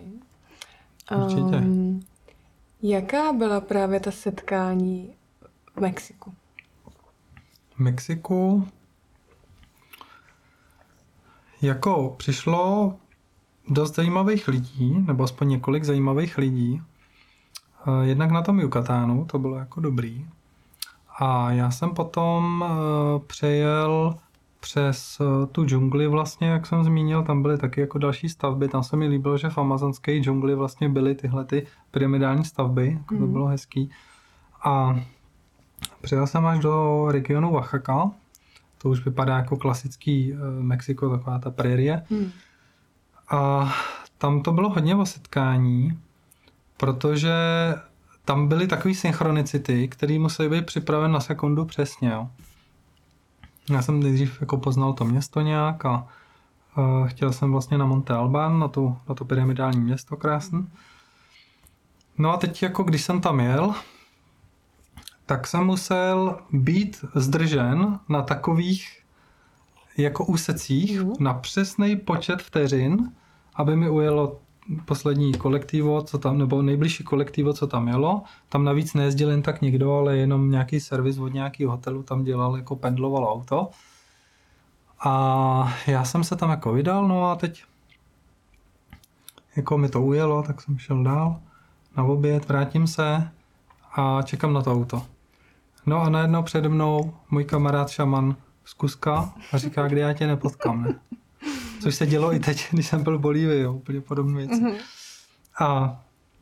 Určitě. Um, jaká byla právě ta setkání v Mexiku? V Mexiku jako přišlo dost zajímavých lidí, nebo aspoň několik zajímavých lidí. Jednak na tom Yucatánu, to bylo jako dobrý. A já jsem potom přejel přes tu džungli vlastně, jak jsem zmínil, tam byly taky jako další stavby. Tam se mi líbilo, že v amazonské džungli vlastně byly tyhle ty pyramidální stavby, jako to bylo hezký. A přijel jsem až do regionu Oaxaca, to už vypadá jako klasický Mexiko, taková ta prérie. Hmm. A tam to bylo hodně o setkání, protože tam byly takové synchronicity, které musely být připraveny na sekundu přesně. Jo. Já jsem nejdřív jako poznal to město nějak a uh, chtěl jsem vlastně na Monte Albán, na, tu, na to pyramidální město krásný. No a teď jako když jsem tam jel, tak jsem musel být zdržen na takových jako úsecích mm. na přesný počet vteřin, aby mi ujelo poslední kolektivo, co tam, nebo nejbližší kolektivo, co tam jelo. Tam navíc nejezdil jen tak někdo, ale jenom nějaký servis od nějakého hotelu tam dělal, jako pendlovalo auto. A já jsem se tam jako vydal, no a teď jako mi to ujelo, tak jsem šel dál na oběd, vrátím se a čekám na to auto. No a najednou přede mnou můj kamarád šaman z Kuska a říká, kdy já tě nepotkám, ne? Což se dělo i teď, když jsem byl v Bolívii, jo, úplně podobné věci. Mm-hmm. A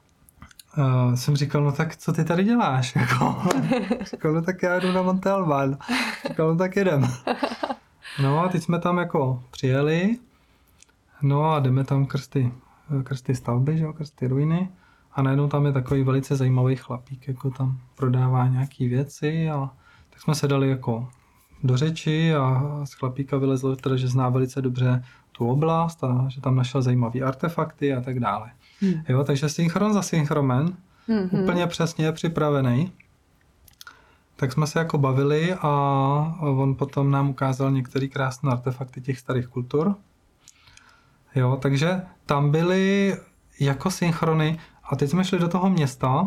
uh, jsem říkal, no tak co ty tady děláš? Jako, říkal, no tak já jdu na Monte Albán. Říkal, no tak jedem. No a teď jsme tam jako přijeli, no a jdeme tam krz ty, krz ty stavby, že jo, krz ty ruiny. A najednou tam je takový velice zajímavý chlapík, jako tam prodává nějaký věci a tak jsme se dali jako do řeči a z chlapíka vylezlo teda, že zná velice dobře tu oblast a že tam našel zajímavý artefakty a tak dále. Hmm. Jo, takže synchron za synchromen, hmm. úplně přesně připravený. Tak jsme se jako bavili a on potom nám ukázal některé krásné artefakty těch starých kultur. Jo, takže tam byly jako synchrony a teď jsme šli do toho města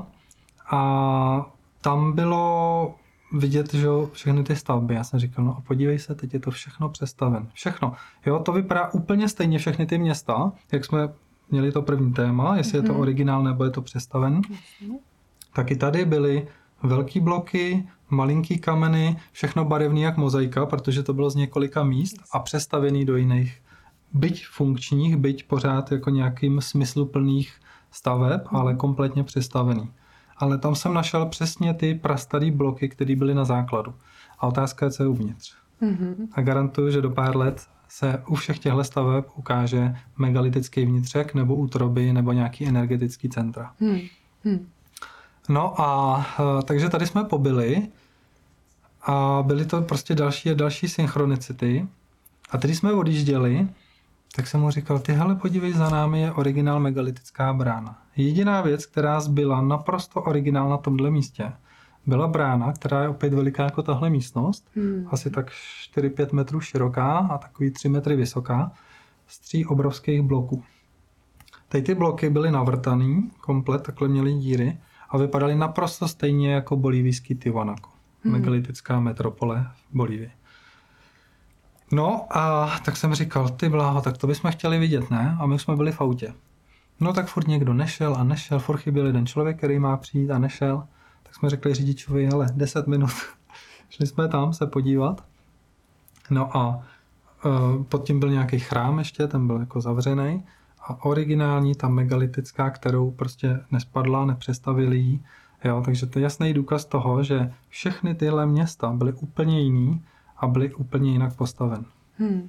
a tam bylo vidět, že všechny ty stavby. Já jsem říkal, no a podívej se, teď je to všechno přestaven. Všechno. Jo, to vypadá úplně stejně všechny ty města, jak jsme měli to první téma, jestli mm-hmm. je to originál nebo je to přestaven. Mm-hmm. Tak i tady byly velký bloky, malinký kameny, všechno barevný jak mozaika, protože to bylo z několika míst a přestavený do jiných, byť funkčních, byť pořád jako nějakým smysluplných staveb, mm-hmm. ale kompletně přestavený. Ale tam jsem našel přesně ty prastarý bloky, které byly na základu. A otázka je, co je uvnitř. Mm-hmm. A garantuju, že do pár let se u všech těchto staveb ukáže megalitický vnitřek nebo útroby nebo nějaký energetický centra. Mm-hmm. No a takže tady jsme pobyli a byly to prostě další a další synchronicity. A když jsme odjížděli, tak jsem mu říkal, ty hele, podívej, za námi je originál megalitická brána. Jediná věc, která zbyla naprosto originál na tomhle místě, byla brána, která je opět veliká jako tahle místnost, hmm. asi tak čtyři pět metrů široká a takový tři metry vysoká, z tří obrovských bloků. Teď ty bloky byly navrtaný, komplet, takhle měly díry a vypadaly naprosto stejně jako bolívijský Tiwanaku, hmm. megalitická metropole v Bolívii. No a tak jsem říkal, ty bláho, tak to bychom chtěli vidět, ne? A my jsme byli v autě. No tak furt někdo nešel a nešel, furt chyběl jeden člověk, který má přijít a nešel. Tak jsme řekli řidičovi, hele, deset minut. Šli jsme tam se podívat. No a uh, pod tím byl nějaký chrám ještě, ten byl jako zavřený. A originální, ta megalitická, kterou prostě nespadla, nepřestavili ji. Jo, takže to je jasný důkaz toho, že všechny tyhle města byly úplně jiný a byly úplně jinak postaven. Hmm.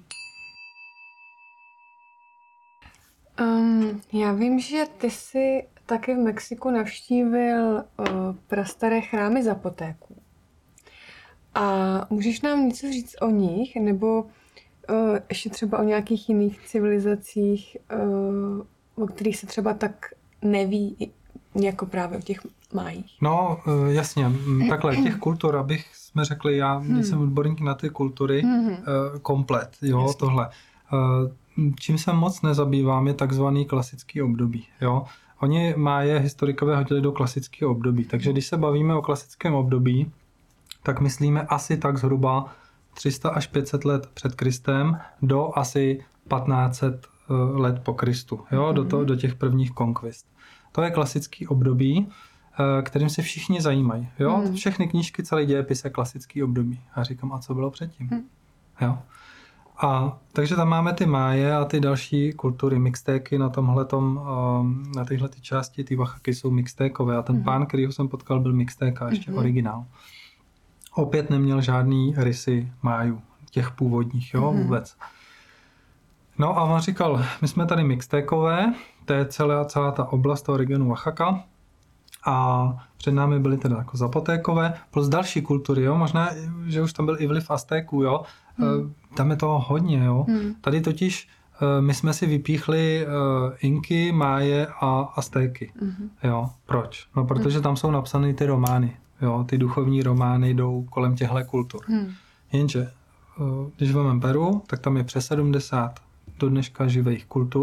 Um, já vím, že ty jsi taky v Mexiku navštívil uh, prastaré chrámy zapotéků. A můžeš nám něco říct o nich, nebo uh, ještě třeba o nějakých jiných civilizacích, uh, o kterých se třeba tak neví, jako právě o těch Májích? No, uh, jasně. Takhle, těch kultur, abych jsme řekli, já hmm. jsem odborník na ty kultury, hmm. uh, komplet, jo, jasně. Tohle. Uh, Čím se moc nezabývám, je takzvaný klasický období. Jo? Oni Máje historikové hodili do klasického období. Takže když se bavíme o klasickém období, tak myslíme asi tak zhruba tři sta až pět set let před Kristem do asi patnáct set let po Kristu. Jo? Do, to, do těch prvních konkvist. To je klasický období, kterým se všichni zajímají. Jo? Všechny knížky, celý dějepis je klasický období. A říkám, a co bylo předtím? Jo? A takže tam máme ty Máje a ty další kultury, mixtéky na tomhletom, na tyhle ty části, ty Oaxaky jsou mixtékové a ten mm-hmm. pán, kterýho jsem potkal, byl mixtéka, ještě mm-hmm. originál. Opět neměl žádný rysy Májů, těch původních, jo, mm-hmm. vůbec. No a on říkal, my jsme tady mixtékové, to je celá, celá ta oblast toho regionu Oaxaca a před námi byly teda jako zapotékové, plus další kultury, jo, možná, že už tam byl i vliv Aztéků, jo, Hmm. Tam je toho hodně, jo. Hmm. Tady totiž my jsme si vypíchli Inky, Máje a Aztéky. Hmm. Jo. Proč? No, protože tam jsou napsané ty romány. Jo. Ty duchovní romány jdou kolem těchto kultur. Hmm. Jenže, když vezmeme Peru, tak tam je přes sedmdesát do dneška živých kultur,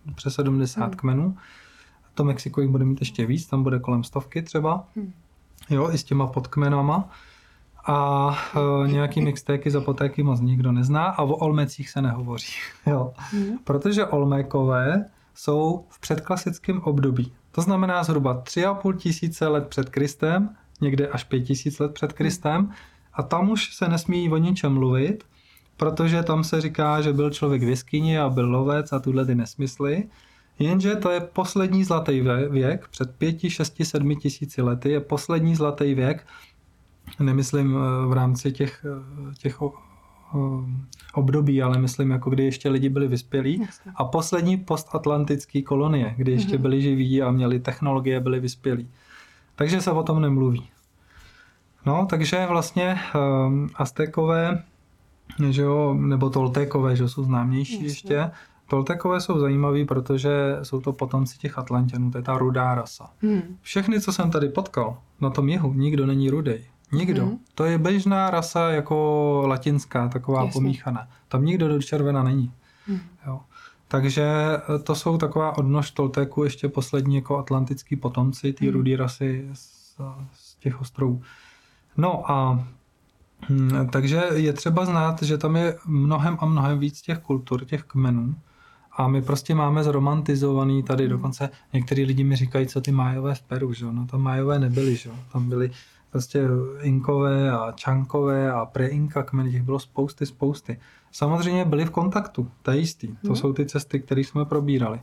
přes sedmdesát hmm. kmenů. To Mexiko jich bude mít ještě víc, tam bude kolem stovky třeba. Hmm. Jo, i s těma podkmenama. A e, nějaký mixtéky, zapotéky moc nikdo nezná a o Olmecích se nehovoří. Jo. Hmm. Protože Olmékové jsou v předklasickém období. To znamená zhruba tři a půl tisíce let před Kristem, někde až pět tisíc let před Kristem. A tam už se nesmí o ničem mluvit, protože tam se říká, že byl člověk v jeskyni a byl lovec a tuhle ty nesmysly. Jenže to je poslední zlatý věk, před pěti, šesti, sedmi tisíci lety je poslední zlatý věk, nemyslím v rámci těch, těch období, ale myslím, jako kdy ještě lidi byli vyspělí. Jasně. A poslední postatlantické kolonie, kdy ještě byli živí a měli technologie, byli vyspělí. Takže se o tom nemluví. No, takže vlastně um, Aztékové, že jo, nebo Toltékové, že jsou známější Jasně. ještě. Toltékové jsou zajímaví, protože jsou to potomci těch Atlanťanů, to je ta rudá rasa. Hmm. Všechny, co jsem tady potkal na tom jihu, nikdo není rudej. Nikdo. Hmm. To je běžná rasa jako latinská, taková Jasně. pomíchaná. Tam nikdo do červena není. Hmm. Jo. Takže to jsou taková odnož Toltéků, ještě poslední jako atlantický potomci, ty hmm. rudý rasy z, z těch ostrovů. No a hm, takže je třeba znát, že tam je mnohem a mnohem víc těch kultur, těch kmenů. A my prostě máme zromantizovaný tady hmm. dokonce, některý lidi mi říkají, co ty Májové v Peru, že? No tam Májové nebyli, že? Tam byli prostě Inkové a Čankové a pre-Inka kmeny, těch bylo spousty, spousty. Samozřejmě byli v kontaktu, to je jistý. To hmm. jsou ty cesty, které jsme probírali.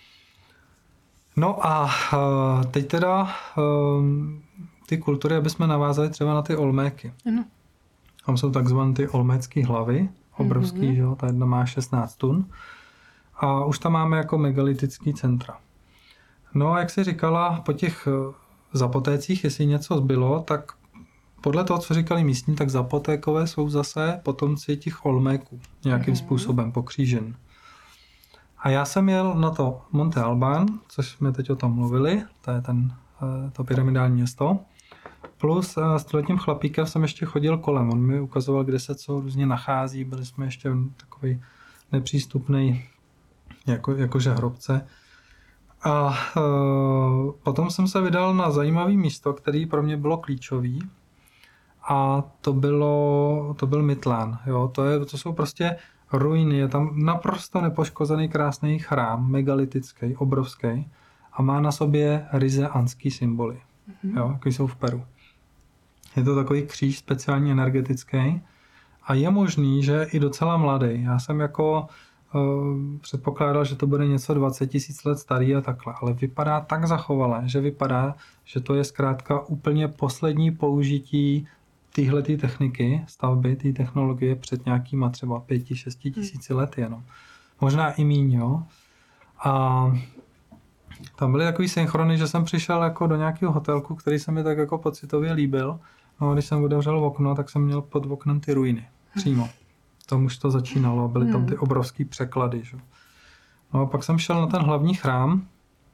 No a teď teda ty kultury, aby jsme navázali třeba na ty Olméky. Hmm. Tam jsou takzvané ty olmécké hlavy, obrovský, hmm. že jo, ta jedna má šestnáct tun. A už tam máme jako megalitický centra. No a jak jsi říkala, po těch zapotécích, jestli něco zbylo, tak podle toho, co říkali místní, tak zapotékové jsou zase potomci těch Olméků, nějakým mm-hmm. způsobem pokřížen. A já jsem jel na to Monte Albán, což jsme teď o tom mluvili, to je ten, to pyramidální město. Plus s tím chlapíkem jsem ještě chodil kolem, on mi ukazoval, kde se co různě nachází, byli jsme ještě takový nepřístupný jako, jakože hrobce. A e, potom jsem se vydal na zajímavé místo, které pro mě bylo klíčový. A to bylo, to byl Mitlán. Jo? To, je, to jsou prostě ruiny. Je tam naprosto nepoškozený krásný chrám, megalitický, obrovský. A má na sobě ryze anský symboly, mm-hmm. jo? Jaký jsou v Peru. Je to takový kříž speciálně energetický. A je možný, že i docela mladý. Já jsem jako předpokládal, že to bude něco dvacet tisíc let starý a takhle, ale vypadá tak zachovalé, že vypadá, že to je zkrátka úplně poslední použití téhletý techniky, stavby, té technologie před nějakýma třeba pěti, šesti tisíci let jenom. Možná i míň, jo. A tam byly takový synchrony, že jsem přišel jako do nějakého hotelku, který se mi tak jako pocitově líbil. No a když jsem otevřel okno, tak jsem měl pod oknem ty ruiny. Přímo. Tam už to začínalo, byly tam ty obrovský překlady. Že? No a pak jsem šel na ten hlavní chrám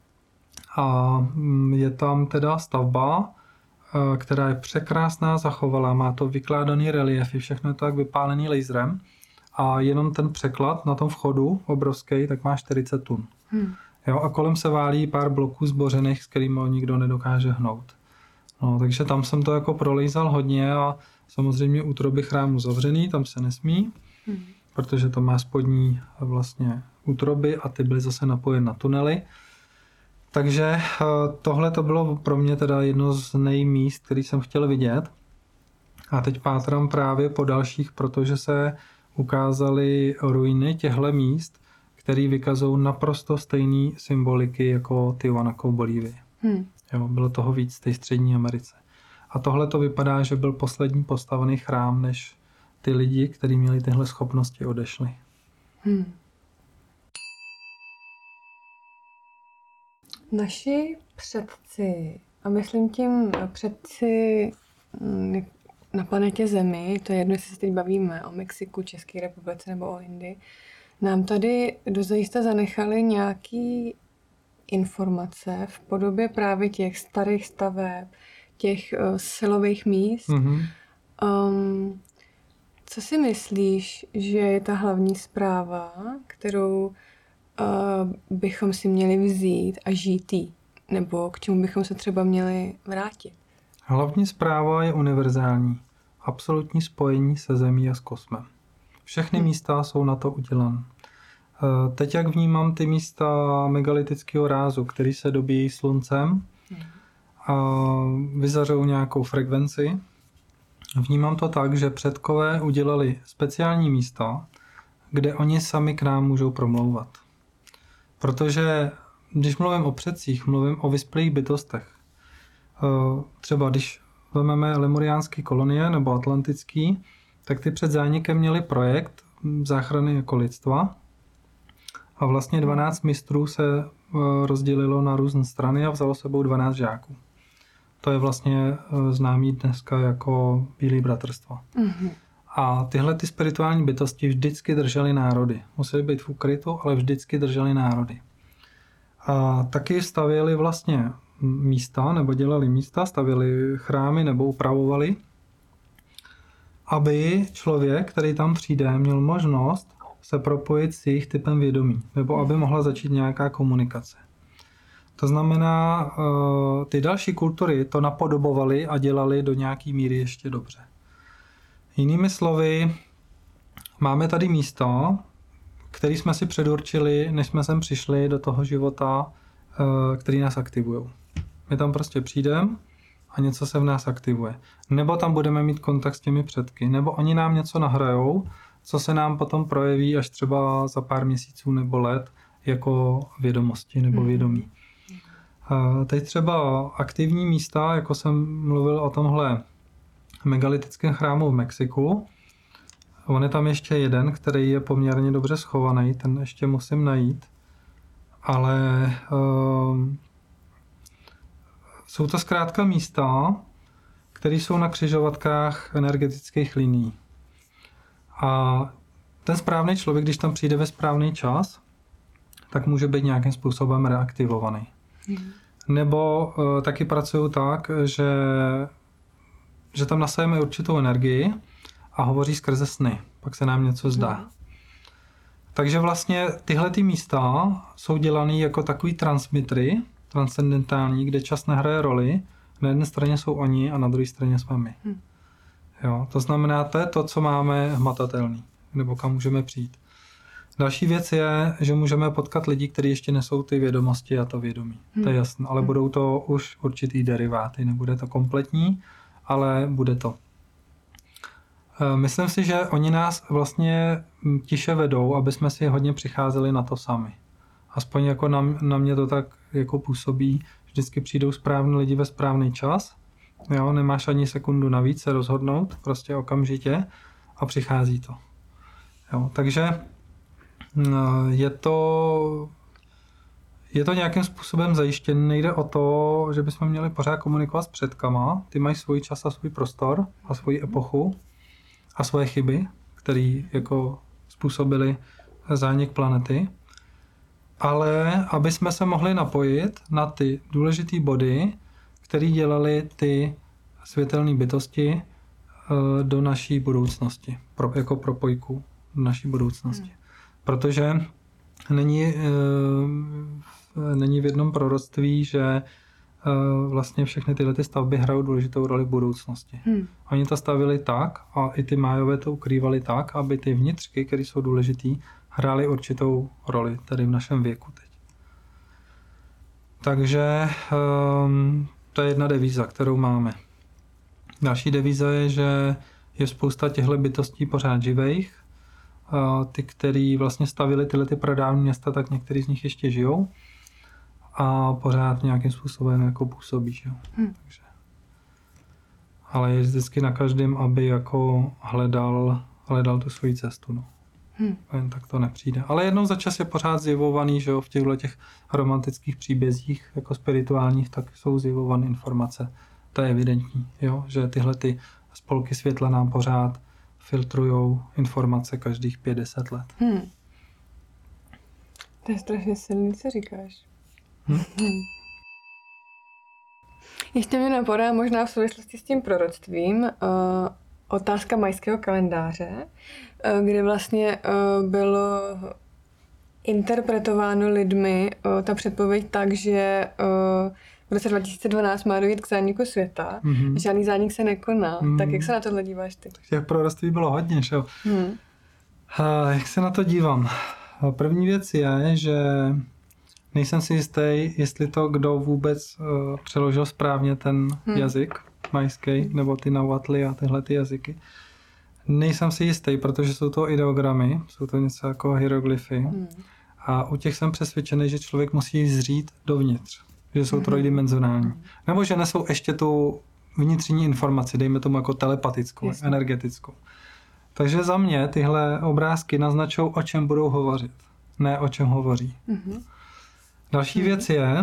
a je tam teda stavba, která je překrásná, zachovalá, má to vykládaný reliefy, všechno je to tak vypálený laserem a jenom ten překlad na tom vchodu obrovský, tak má čtyřicet tun. Hmm. Jo, a kolem se válí pár bloků zbořených, s kterými nikdo nedokáže hnout. No, takže tam jsem to jako prolejzal hodně a samozřejmě útroby chrámu zavřený, tam se nesmí, hmm. protože to má spodní vlastně útroby a ty byly zase napojeny na tunely. Takže tohle to bylo pro mě teda jedno z nejmíst, který jsem chtěl vidět. A teď pátrám právě po dalších, protože se ukázaly ruiny těchto míst, které vykazují naprosto stejné symboliky jako Tiwanaku v Bolívii. Hmm. Jo, bylo toho víc v té střední Americe. A tohle to vypadá, že byl poslední postavený chrám, než ty lidi, kteří měli tyhle schopnosti, odešli. Hmm. Naši předci, a myslím tím předci na planetě Zemi, to je jedno, jestli se teď bavíme o Mexiku, České republice nebo o Indii, nám tady dozajista zanechali nějaký informace v podobě právě těch starých staveb, těch uh, silových míst. Mm-hmm. Um, co si myslíš, že je ta hlavní zpráva, kterou uh, bychom si měli vzít a žít jí? Nebo k čemu bychom se třeba měli vrátit? Hlavní zpráva je univerzální. Absolutní spojení se Zemí a s kosmem. Všechny hmm. místa jsou na to udělané. Teď, jak vnímám ty místa megalitického rázu, který se dobíjí sluncem a vyzařují nějakou frekvenci, vnímám to tak, že předkové udělali speciální místa, kde oni sami k nám můžou promlouvat. Protože když mluvím o předcích, mluvím o vyspělých bytostech. Třeba když vezmeme lemuriánské kolonie nebo atlantický, tak ty před zánikem měli projekt záchrany jako lidstva a vlastně dvanáct mistrů se rozdělilo na různé strany a vzalo sebou dvanáct žáků. To je vlastně známý dneska jako Bílý bratrstvo. Mm-hmm. A tyhle ty spirituální bytosti vždycky držely národy. Museli být v ukrytu, ale vždycky držely národy. A taky stavěli vlastně místa, nebo dělali místa, stavěli chrámy nebo upravovali, aby člověk, který tam přijde, měl možnost se propojit s jejich typem vědomí, nebo aby mohla začít nějaká komunikace. To znamená, ty další kultury to napodobovaly a dělali do nějaký míry ještě dobře. Jinými slovy, máme tady místa, které jsme si předurčili, než jsme sem přišli do toho života, který nás aktivují. My tam prostě přijdeme a něco se v nás aktivuje. Nebo tam budeme mít kontakt s těmi předky, nebo oni nám něco nahrajou, co se nám potom projeví až třeba za pár měsíců nebo let jako vědomosti nebo vědomí. Teď třeba aktivní místa, jako jsem mluvil o tomhle megalitickém chrámu v Mexiku. On je tam ještě jeden, který je poměrně dobře schovaný, ten ještě musím najít. Ale um, jsou to zkrátka místa, které jsou na křižovatkách energetických linií. A ten správný člověk, když tam přijde ve správný čas, tak může být nějakým způsobem reaktivovaný. Mm. Nebo uh, taky pracují tak, že, že tam nasajeme určitou energii a hovoří skrze sny. Pak se nám něco zdá. Mm. Takže vlastně tyhle ty místa jsou dělané jako takový transmitry, transcendentální, kde čas nehraje roli. Na jedné straně jsou oni a na druhé straně jsme my. Mm. Jo, to znamená, to je to, co máme hmatatelný, nebo kam můžeme přijít. Další věc je, že můžeme potkat lidi, kteří ještě nesou ty vědomosti a to vědomí. Hmm. To je jasné, ale budou to už určitý deriváty. Nebude to kompletní, ale bude to. Myslím si, že oni nás vlastně tiše vedou, aby jsme si hodně přicházeli na to sami. Aspoň jako na, na mě to tak jako působí. Vždycky přijdou správní lidi ve správný čas. Jo, nemáš ani sekundu navíc se rozhodnout, prostě okamžitě a přichází to. Jo, takže je to, je to nějakým způsobem zajištěné. Nejde o to, že bychom měli pořád komunikovat s předkama. Ty mají svůj čas a svůj prostor a svoji epochu a svoje chyby, které jako způsobily zánik planety. Ale aby jsme se mohli napojit na ty důležité body, které dělaly ty světelné bytosti do naší budoucnosti, pro, jako propojku do naší budoucnosti. Hmm. Protože není, e, není v jednom proroctví, že e, vlastně všechny tyhle ty stavby hrajou důležitou roli v budoucnosti. Hmm. Oni to stavili tak a i ty májové to ukrývali tak, aby ty vnitřky, které jsou důležitý, hrály určitou roli, tedy v našem věku teď. Takže e, to je jedna devíza, kterou máme. Další devíza je, že je spousta těchto bytostí pořád živých. Ty, který vlastně stavili tyhle ty pradávní města, tak některý z nich ještě žijou a pořád nějakým způsobem jako působí. Že? Hmm. Takže. Ale je vždycky na každém, aby jako hledal, hledal tu svoji cestu. No. Hmm. Jen tak to nepřijde. Ale jednou za čas je pořád zjevovaný, že jo, v těchto těch romantických příbězích jako spirituálních, tak jsou zjevované informace. To je evidentní, jo? Že tyhle ty spolky světla nám pořád filtrujou informace každých pět deset let. Hmm. To je strašně silný, co říkáš. Hmm? Hmm. Ještě mi napadá možná v souvislosti s tím proroctvím uh, otázka majského kalendáře, uh, kde vlastně uh, bylo interpretováno lidmi o, ta předpověď tak, že o, v roce dva tisíce dvanáct má dojít k zániku světa, mm-hmm. žádný zánik se nekoná. Mm-hmm. Tak jak se na tohle díváš ty? Těch proroctví bylo hodně, že jo? Mm. Uh, jak se na to dívám? První věc je, že nejsem si jistý, jestli to kdo vůbec uh, přeložil správně ten hmm. jazyk majský, nebo ty nahuatly a tyhle ty jazyky. Nejsem si jistý, protože jsou to ideogramy, jsou to něco jako hieroglyfy. Hmm. A u těch jsem přesvědčený, že člověk musí zřít dovnitř, že jsou trojdimenzionální. Nebo že nesou ještě tu vnitřní informaci, dejme tomu jako telepatickou, Jasně. energetickou. Takže za mě tyhle obrázky naznačují, o čem budou hovořit, ne o čem hovoří. Mm-hmm. Další mm-hmm. věc je,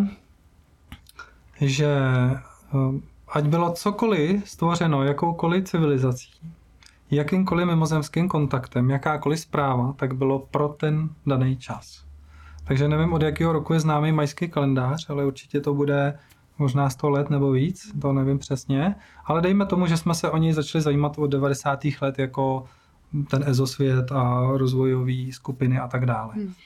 že ať bylo cokoliv stvořeno jakoukoliv civilizací, jakýmkoliv mimozemským kontaktem, jakákoliv zpráva, tak bylo pro ten daný čas. Takže nevím, od jakého roku je známý majský kalendář, ale určitě to bude možná sto let nebo víc, to nevím přesně, ale dejme tomu, že jsme se o něj začali zajímat od devadesátých let jako ten ezosvět a rozvojové skupiny a tak dále. Hmm.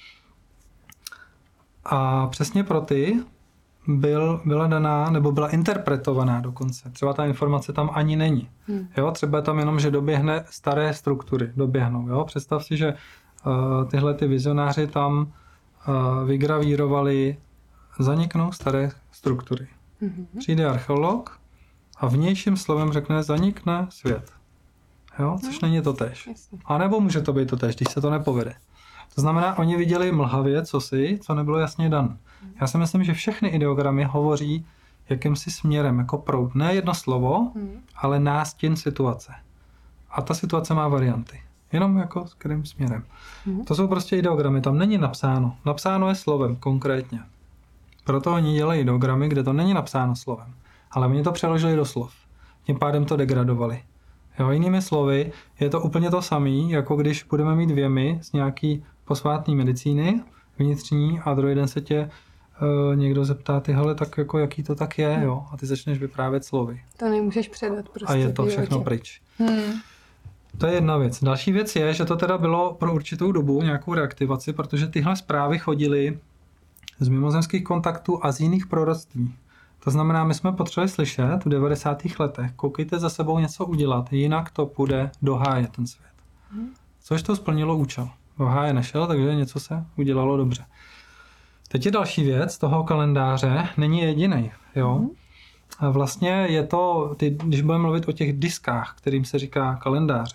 A přesně pro ty byl, byla daná, nebo byla interpretovaná dokonce. Třeba ta informace tam ani není. Hmm. Jo, třeba je tam jenom, že doběhne staré struktury, doběhnou. Jo? Představ si, že uh, tyhle ty vizionáři tam uh, vygravírovali, zaniknou staré struktury. Hmm. Přijde archeolog a vnějším slovem řekne, zanikne svět. Jo? Což no. není to též. A nebo může to být to též, když se to nepovede. To znamená, oni viděli mlhavě cosi, co nebylo jasně dan. Já si myslím, že všechny ideogramy hovoří jakýmsi směrem, jako proud. Ne jedno slovo, hmm. ale nástin situace. A ta situace má varianty. Jenom jako s kterým směrem. Hmm. To jsou prostě ideogramy, tam není napsáno. Napsáno je slovem konkrétně. Proto oni dělají ideogramy, kde to není napsáno slovem. Ale oni to přeložili do slov. Tím pádem to degradovali. Jo, jinými slovy, je to úplně to samé, jako když budeme mít věmy z nějaký posvátné medicíny vnitřní a druhý den se tě uh, někdo zeptá, ty hele, tak jako jaký to tak je, jo, a ty začneš vyprávět slovy. To nemůžeš předat prostě. A je to všechno pryč. Hmm. To je jedna věc. Další věc je, že to teda bylo pro určitou dobu nějakou reaktivaci, protože tyhle zprávy chodily z mimozemských kontaktů a z jiných proroctví. To znamená, my jsme potřebovali slyšet v devadesátých letech, koukejte za sebou něco udělat, jinak to půjde do háje ten svět. Hmm. Což to splnilo účel. Do háje nešel, takže něco se udělalo dobře. Teď je další věc toho kalendáře, není jediný. Jo? Hmm. A vlastně je to, ty, když budeme mluvit o těch diskách, kterým se říká kalendáře,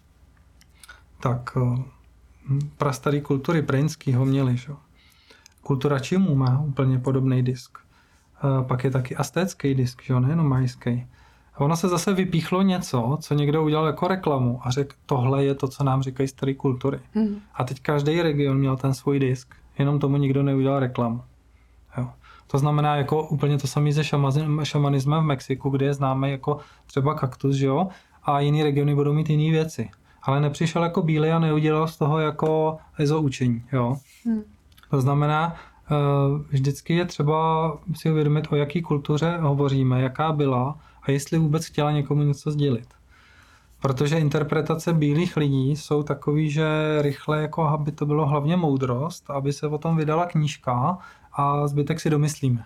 tak prastarý kultury prejnský ho měli. Že? Kultura Čimů má úplně podobný disk. Pak je taky aztécký disk, že jo, nejenom majský. A ono se zase vypíchlo něco, co někdo udělal jako reklamu a řekl, tohle je to, co nám říkají staré kultury. Mm. A teď každý region měl ten svůj disk, jenom tomu nikdo neudělal reklamu. Jo. To znamená jako úplně to samé se šamanismem v Mexiku, kde je známý jako třeba kaktus, že jo, a jiný regiony budou mít jiné věci. Ale nepřišel jako bílý a neudělal z toho jako ezo učení, jo. Mm. To znamená, vždycky je třeba si uvědomit, o jaký kultuře hovoříme, jaká byla a jestli vůbec chtěla někomu něco sdělit. Protože interpretace bílých lidí jsou takový, že rychle, jako aby to bylo hlavně moudrost, aby se o tom vydala knížka a zbytek si domyslíme.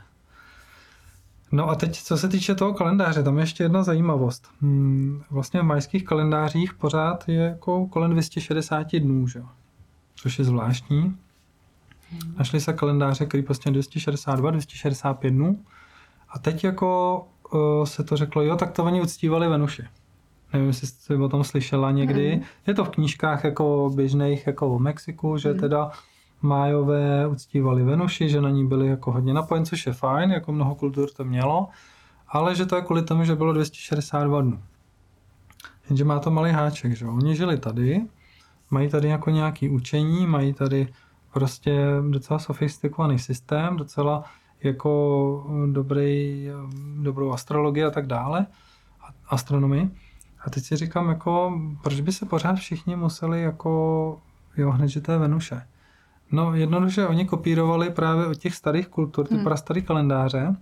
No a teď, co se týče toho kalendáře, tam je ještě jedna zajímavost. Vlastně v majských kalendářích pořád je jako kolem dvě stě šedesát dnů, že? Což je zvláštní. Našli se kalendáře, který prostě dvě stě šedesát dva, dvě stě šedesát pět dnů. A teď jako uh, se to řeklo, jo, tak to oni uctívali Venuši. Nevím, jestli jsi o tom slyšela někdy. Mm. Je to v knížkách jako běžných jako o Mexiku, že mm. teda Májové uctívali Venuši, že na ní byli jako hodně napojen, což je fajn, jako mnoho kultur to mělo, ale že to je kvůli tomu, že bylo dvě stě šedesát dva dnů. Jenže má to malý háček, že oni žili tady, mají tady jako nějaký učení, mají tady prostě docela sofistikovaný systém, docela jako dobrý, dobrou astrologii a tak dále, astronomii. A teď si říkám, jako, proč by se pořád všichni museli jako, jo, hned, že to je Venuše. No jednoduše oni kopírovali právě od těch starých kultur, ty hmm. prastarý kalendáře,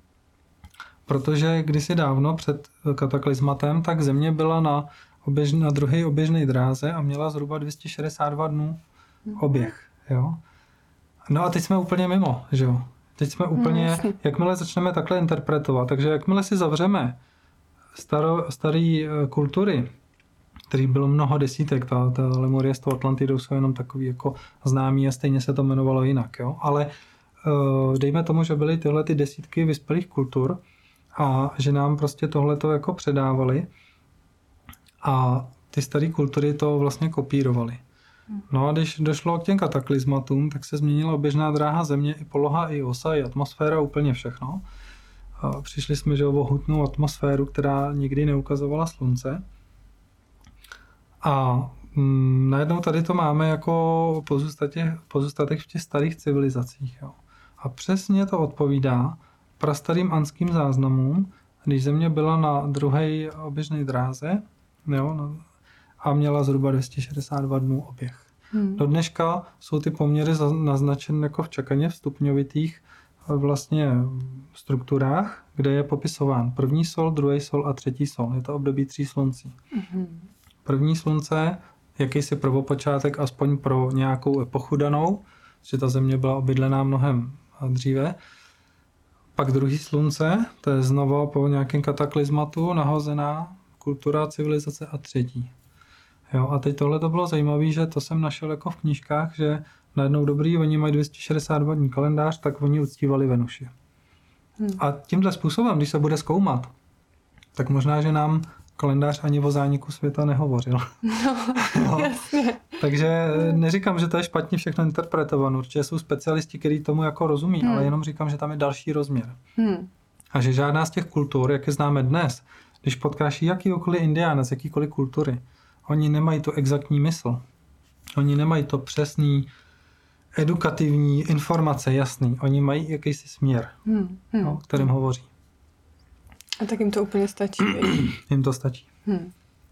protože kdysi dávno před kataklizmatem, tak Země byla na, oběž, na druhé oběžné dráze a měla zhruba dvě stě šedesát dva dnů oběh, jo. No a teď jsme úplně mimo, že jo. Teď jsme úplně, no, jakmile začneme takhle interpretovat, takže jakmile si zavřeme staro, starý kultury, který bylo mnoho desítek, ta, ta Lemurie s tou Atlantidou jsou jenom takový jako známý a stejně se to jmenovalo jinak, jo. Ale uh, dejme tomu, že byly tyhle ty desítky vyspělých kultur a že nám prostě tohleto jako předávali a ty staré kultury to vlastně kopírovaly. No a když došlo k těm kataklizmatům, tak se změnila oběžná dráha Země, i poloha, i osa, i atmosféra, úplně všechno. A přišli jsme, že o hutnou atmosféru, která nikdy neukazovala slunce. A mm, najednou tady to máme jako pozůstatek v těch starých civilizacích. Jo. A přesně to odpovídá prastarým anským záznamům, když Země byla na druhé oběžné dráze, jo, no, a měla zhruba dvě stě šedesát dva dnů oběh. Hmm. Do dneška jsou ty poměry naznačeny jako v čekaně v stupňovitých vlastně strukturách, kde je popisován první sol, druhý sol a třetí sol. Je to období tří sluncí. Hmm. První slunce, jakýsi prvopočátek aspoň pro nějakou epochu danou, že ta Země byla obydlená mnohem dříve. Pak druhý slunce, to je znovu po nějakém kataklizmatu nahozená kultura, civilizace a třetí. Jo, a teď tohle to bylo zajímavé, že to jsem našel jako v knížkách, že najednou dobrý, oni mají dvě stě šedesát dva dní kalendář, tak oni uctívali Venuši. Hmm. A tímhle způsobem, když se bude zkoumat, tak možná, že nám kalendář ani o zániku světa nehovořil. No, no. Jasně. Takže neříkám, že to je špatně všechno interpretované. Určitě jsou specialisti, kteří tomu jako rozumí, hmm. ale jenom říkám, že tam je další rozměr. Hmm. A že žádná z těch kultur, jak je známe dnes, když potkáš jakýkoliv indiána z jakýkoliv kultury, oni nemají tu exaktní mysl. Oni nemají to přesný, edukativní informace, jasný. Oni mají jakýsi směr, hmm. Hmm. No, kterým hovoří. A tak jim to úplně stačí. Jim to stačí. Hmm.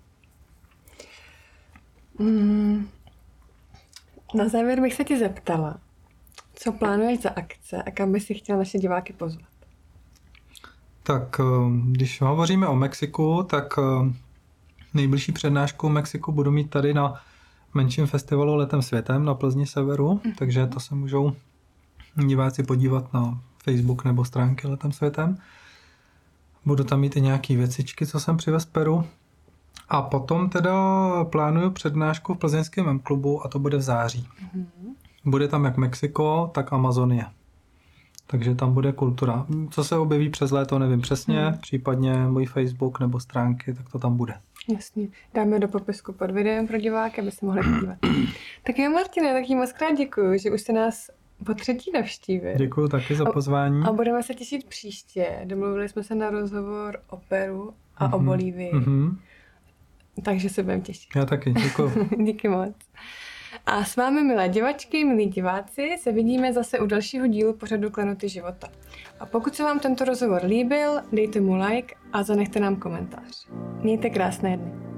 Hmm. Na závěr bych se ti zeptala, co plánuješ za akce a kam bys si chtěla naše diváky pozvat? Tak když hovoříme o Mexiku, tak nejbližší přednášku v Mexiku budu mít tady na menším festivalu Letem světem na Plzni severu, mm-hmm. takže to se můžou diváci podívat na Facebook nebo stránky Letem světem. Budu tam mít i nějaký věcičky, co jsem přivez Peru. A potom teda plánuju přednášku v plzeňském M klubu a to bude v září. Mm-hmm. Bude tam jak Mexiko, tak Amazonie. Takže tam bude kultura. Co se objeví přes léto, nevím přesně, hmm. případně můj Facebook nebo stránky, tak to tam bude. Jasně. Dáme do popisku pod videem pro diváky, aby se mohli podívat. Tak jo, Martine, tak jí moc krát děkuju, že už jste nás po třetí navštívil. Děkuju taky za pozvání. A budeme se těšit příště. Domluvili jsme se na rozhovor o Peru a mm-hmm. o Bolívii. Mm-hmm. Takže se budeme těšit. Já taky, děkuju. Díky moc. A s vámi, milé divačky, milí diváci, se vidíme zase u dalšího dílu pořadu Klenoty života. A pokud se vám tento rozhovor líbil, dejte mu like a zanechte nám komentář. Mějte krásné dny.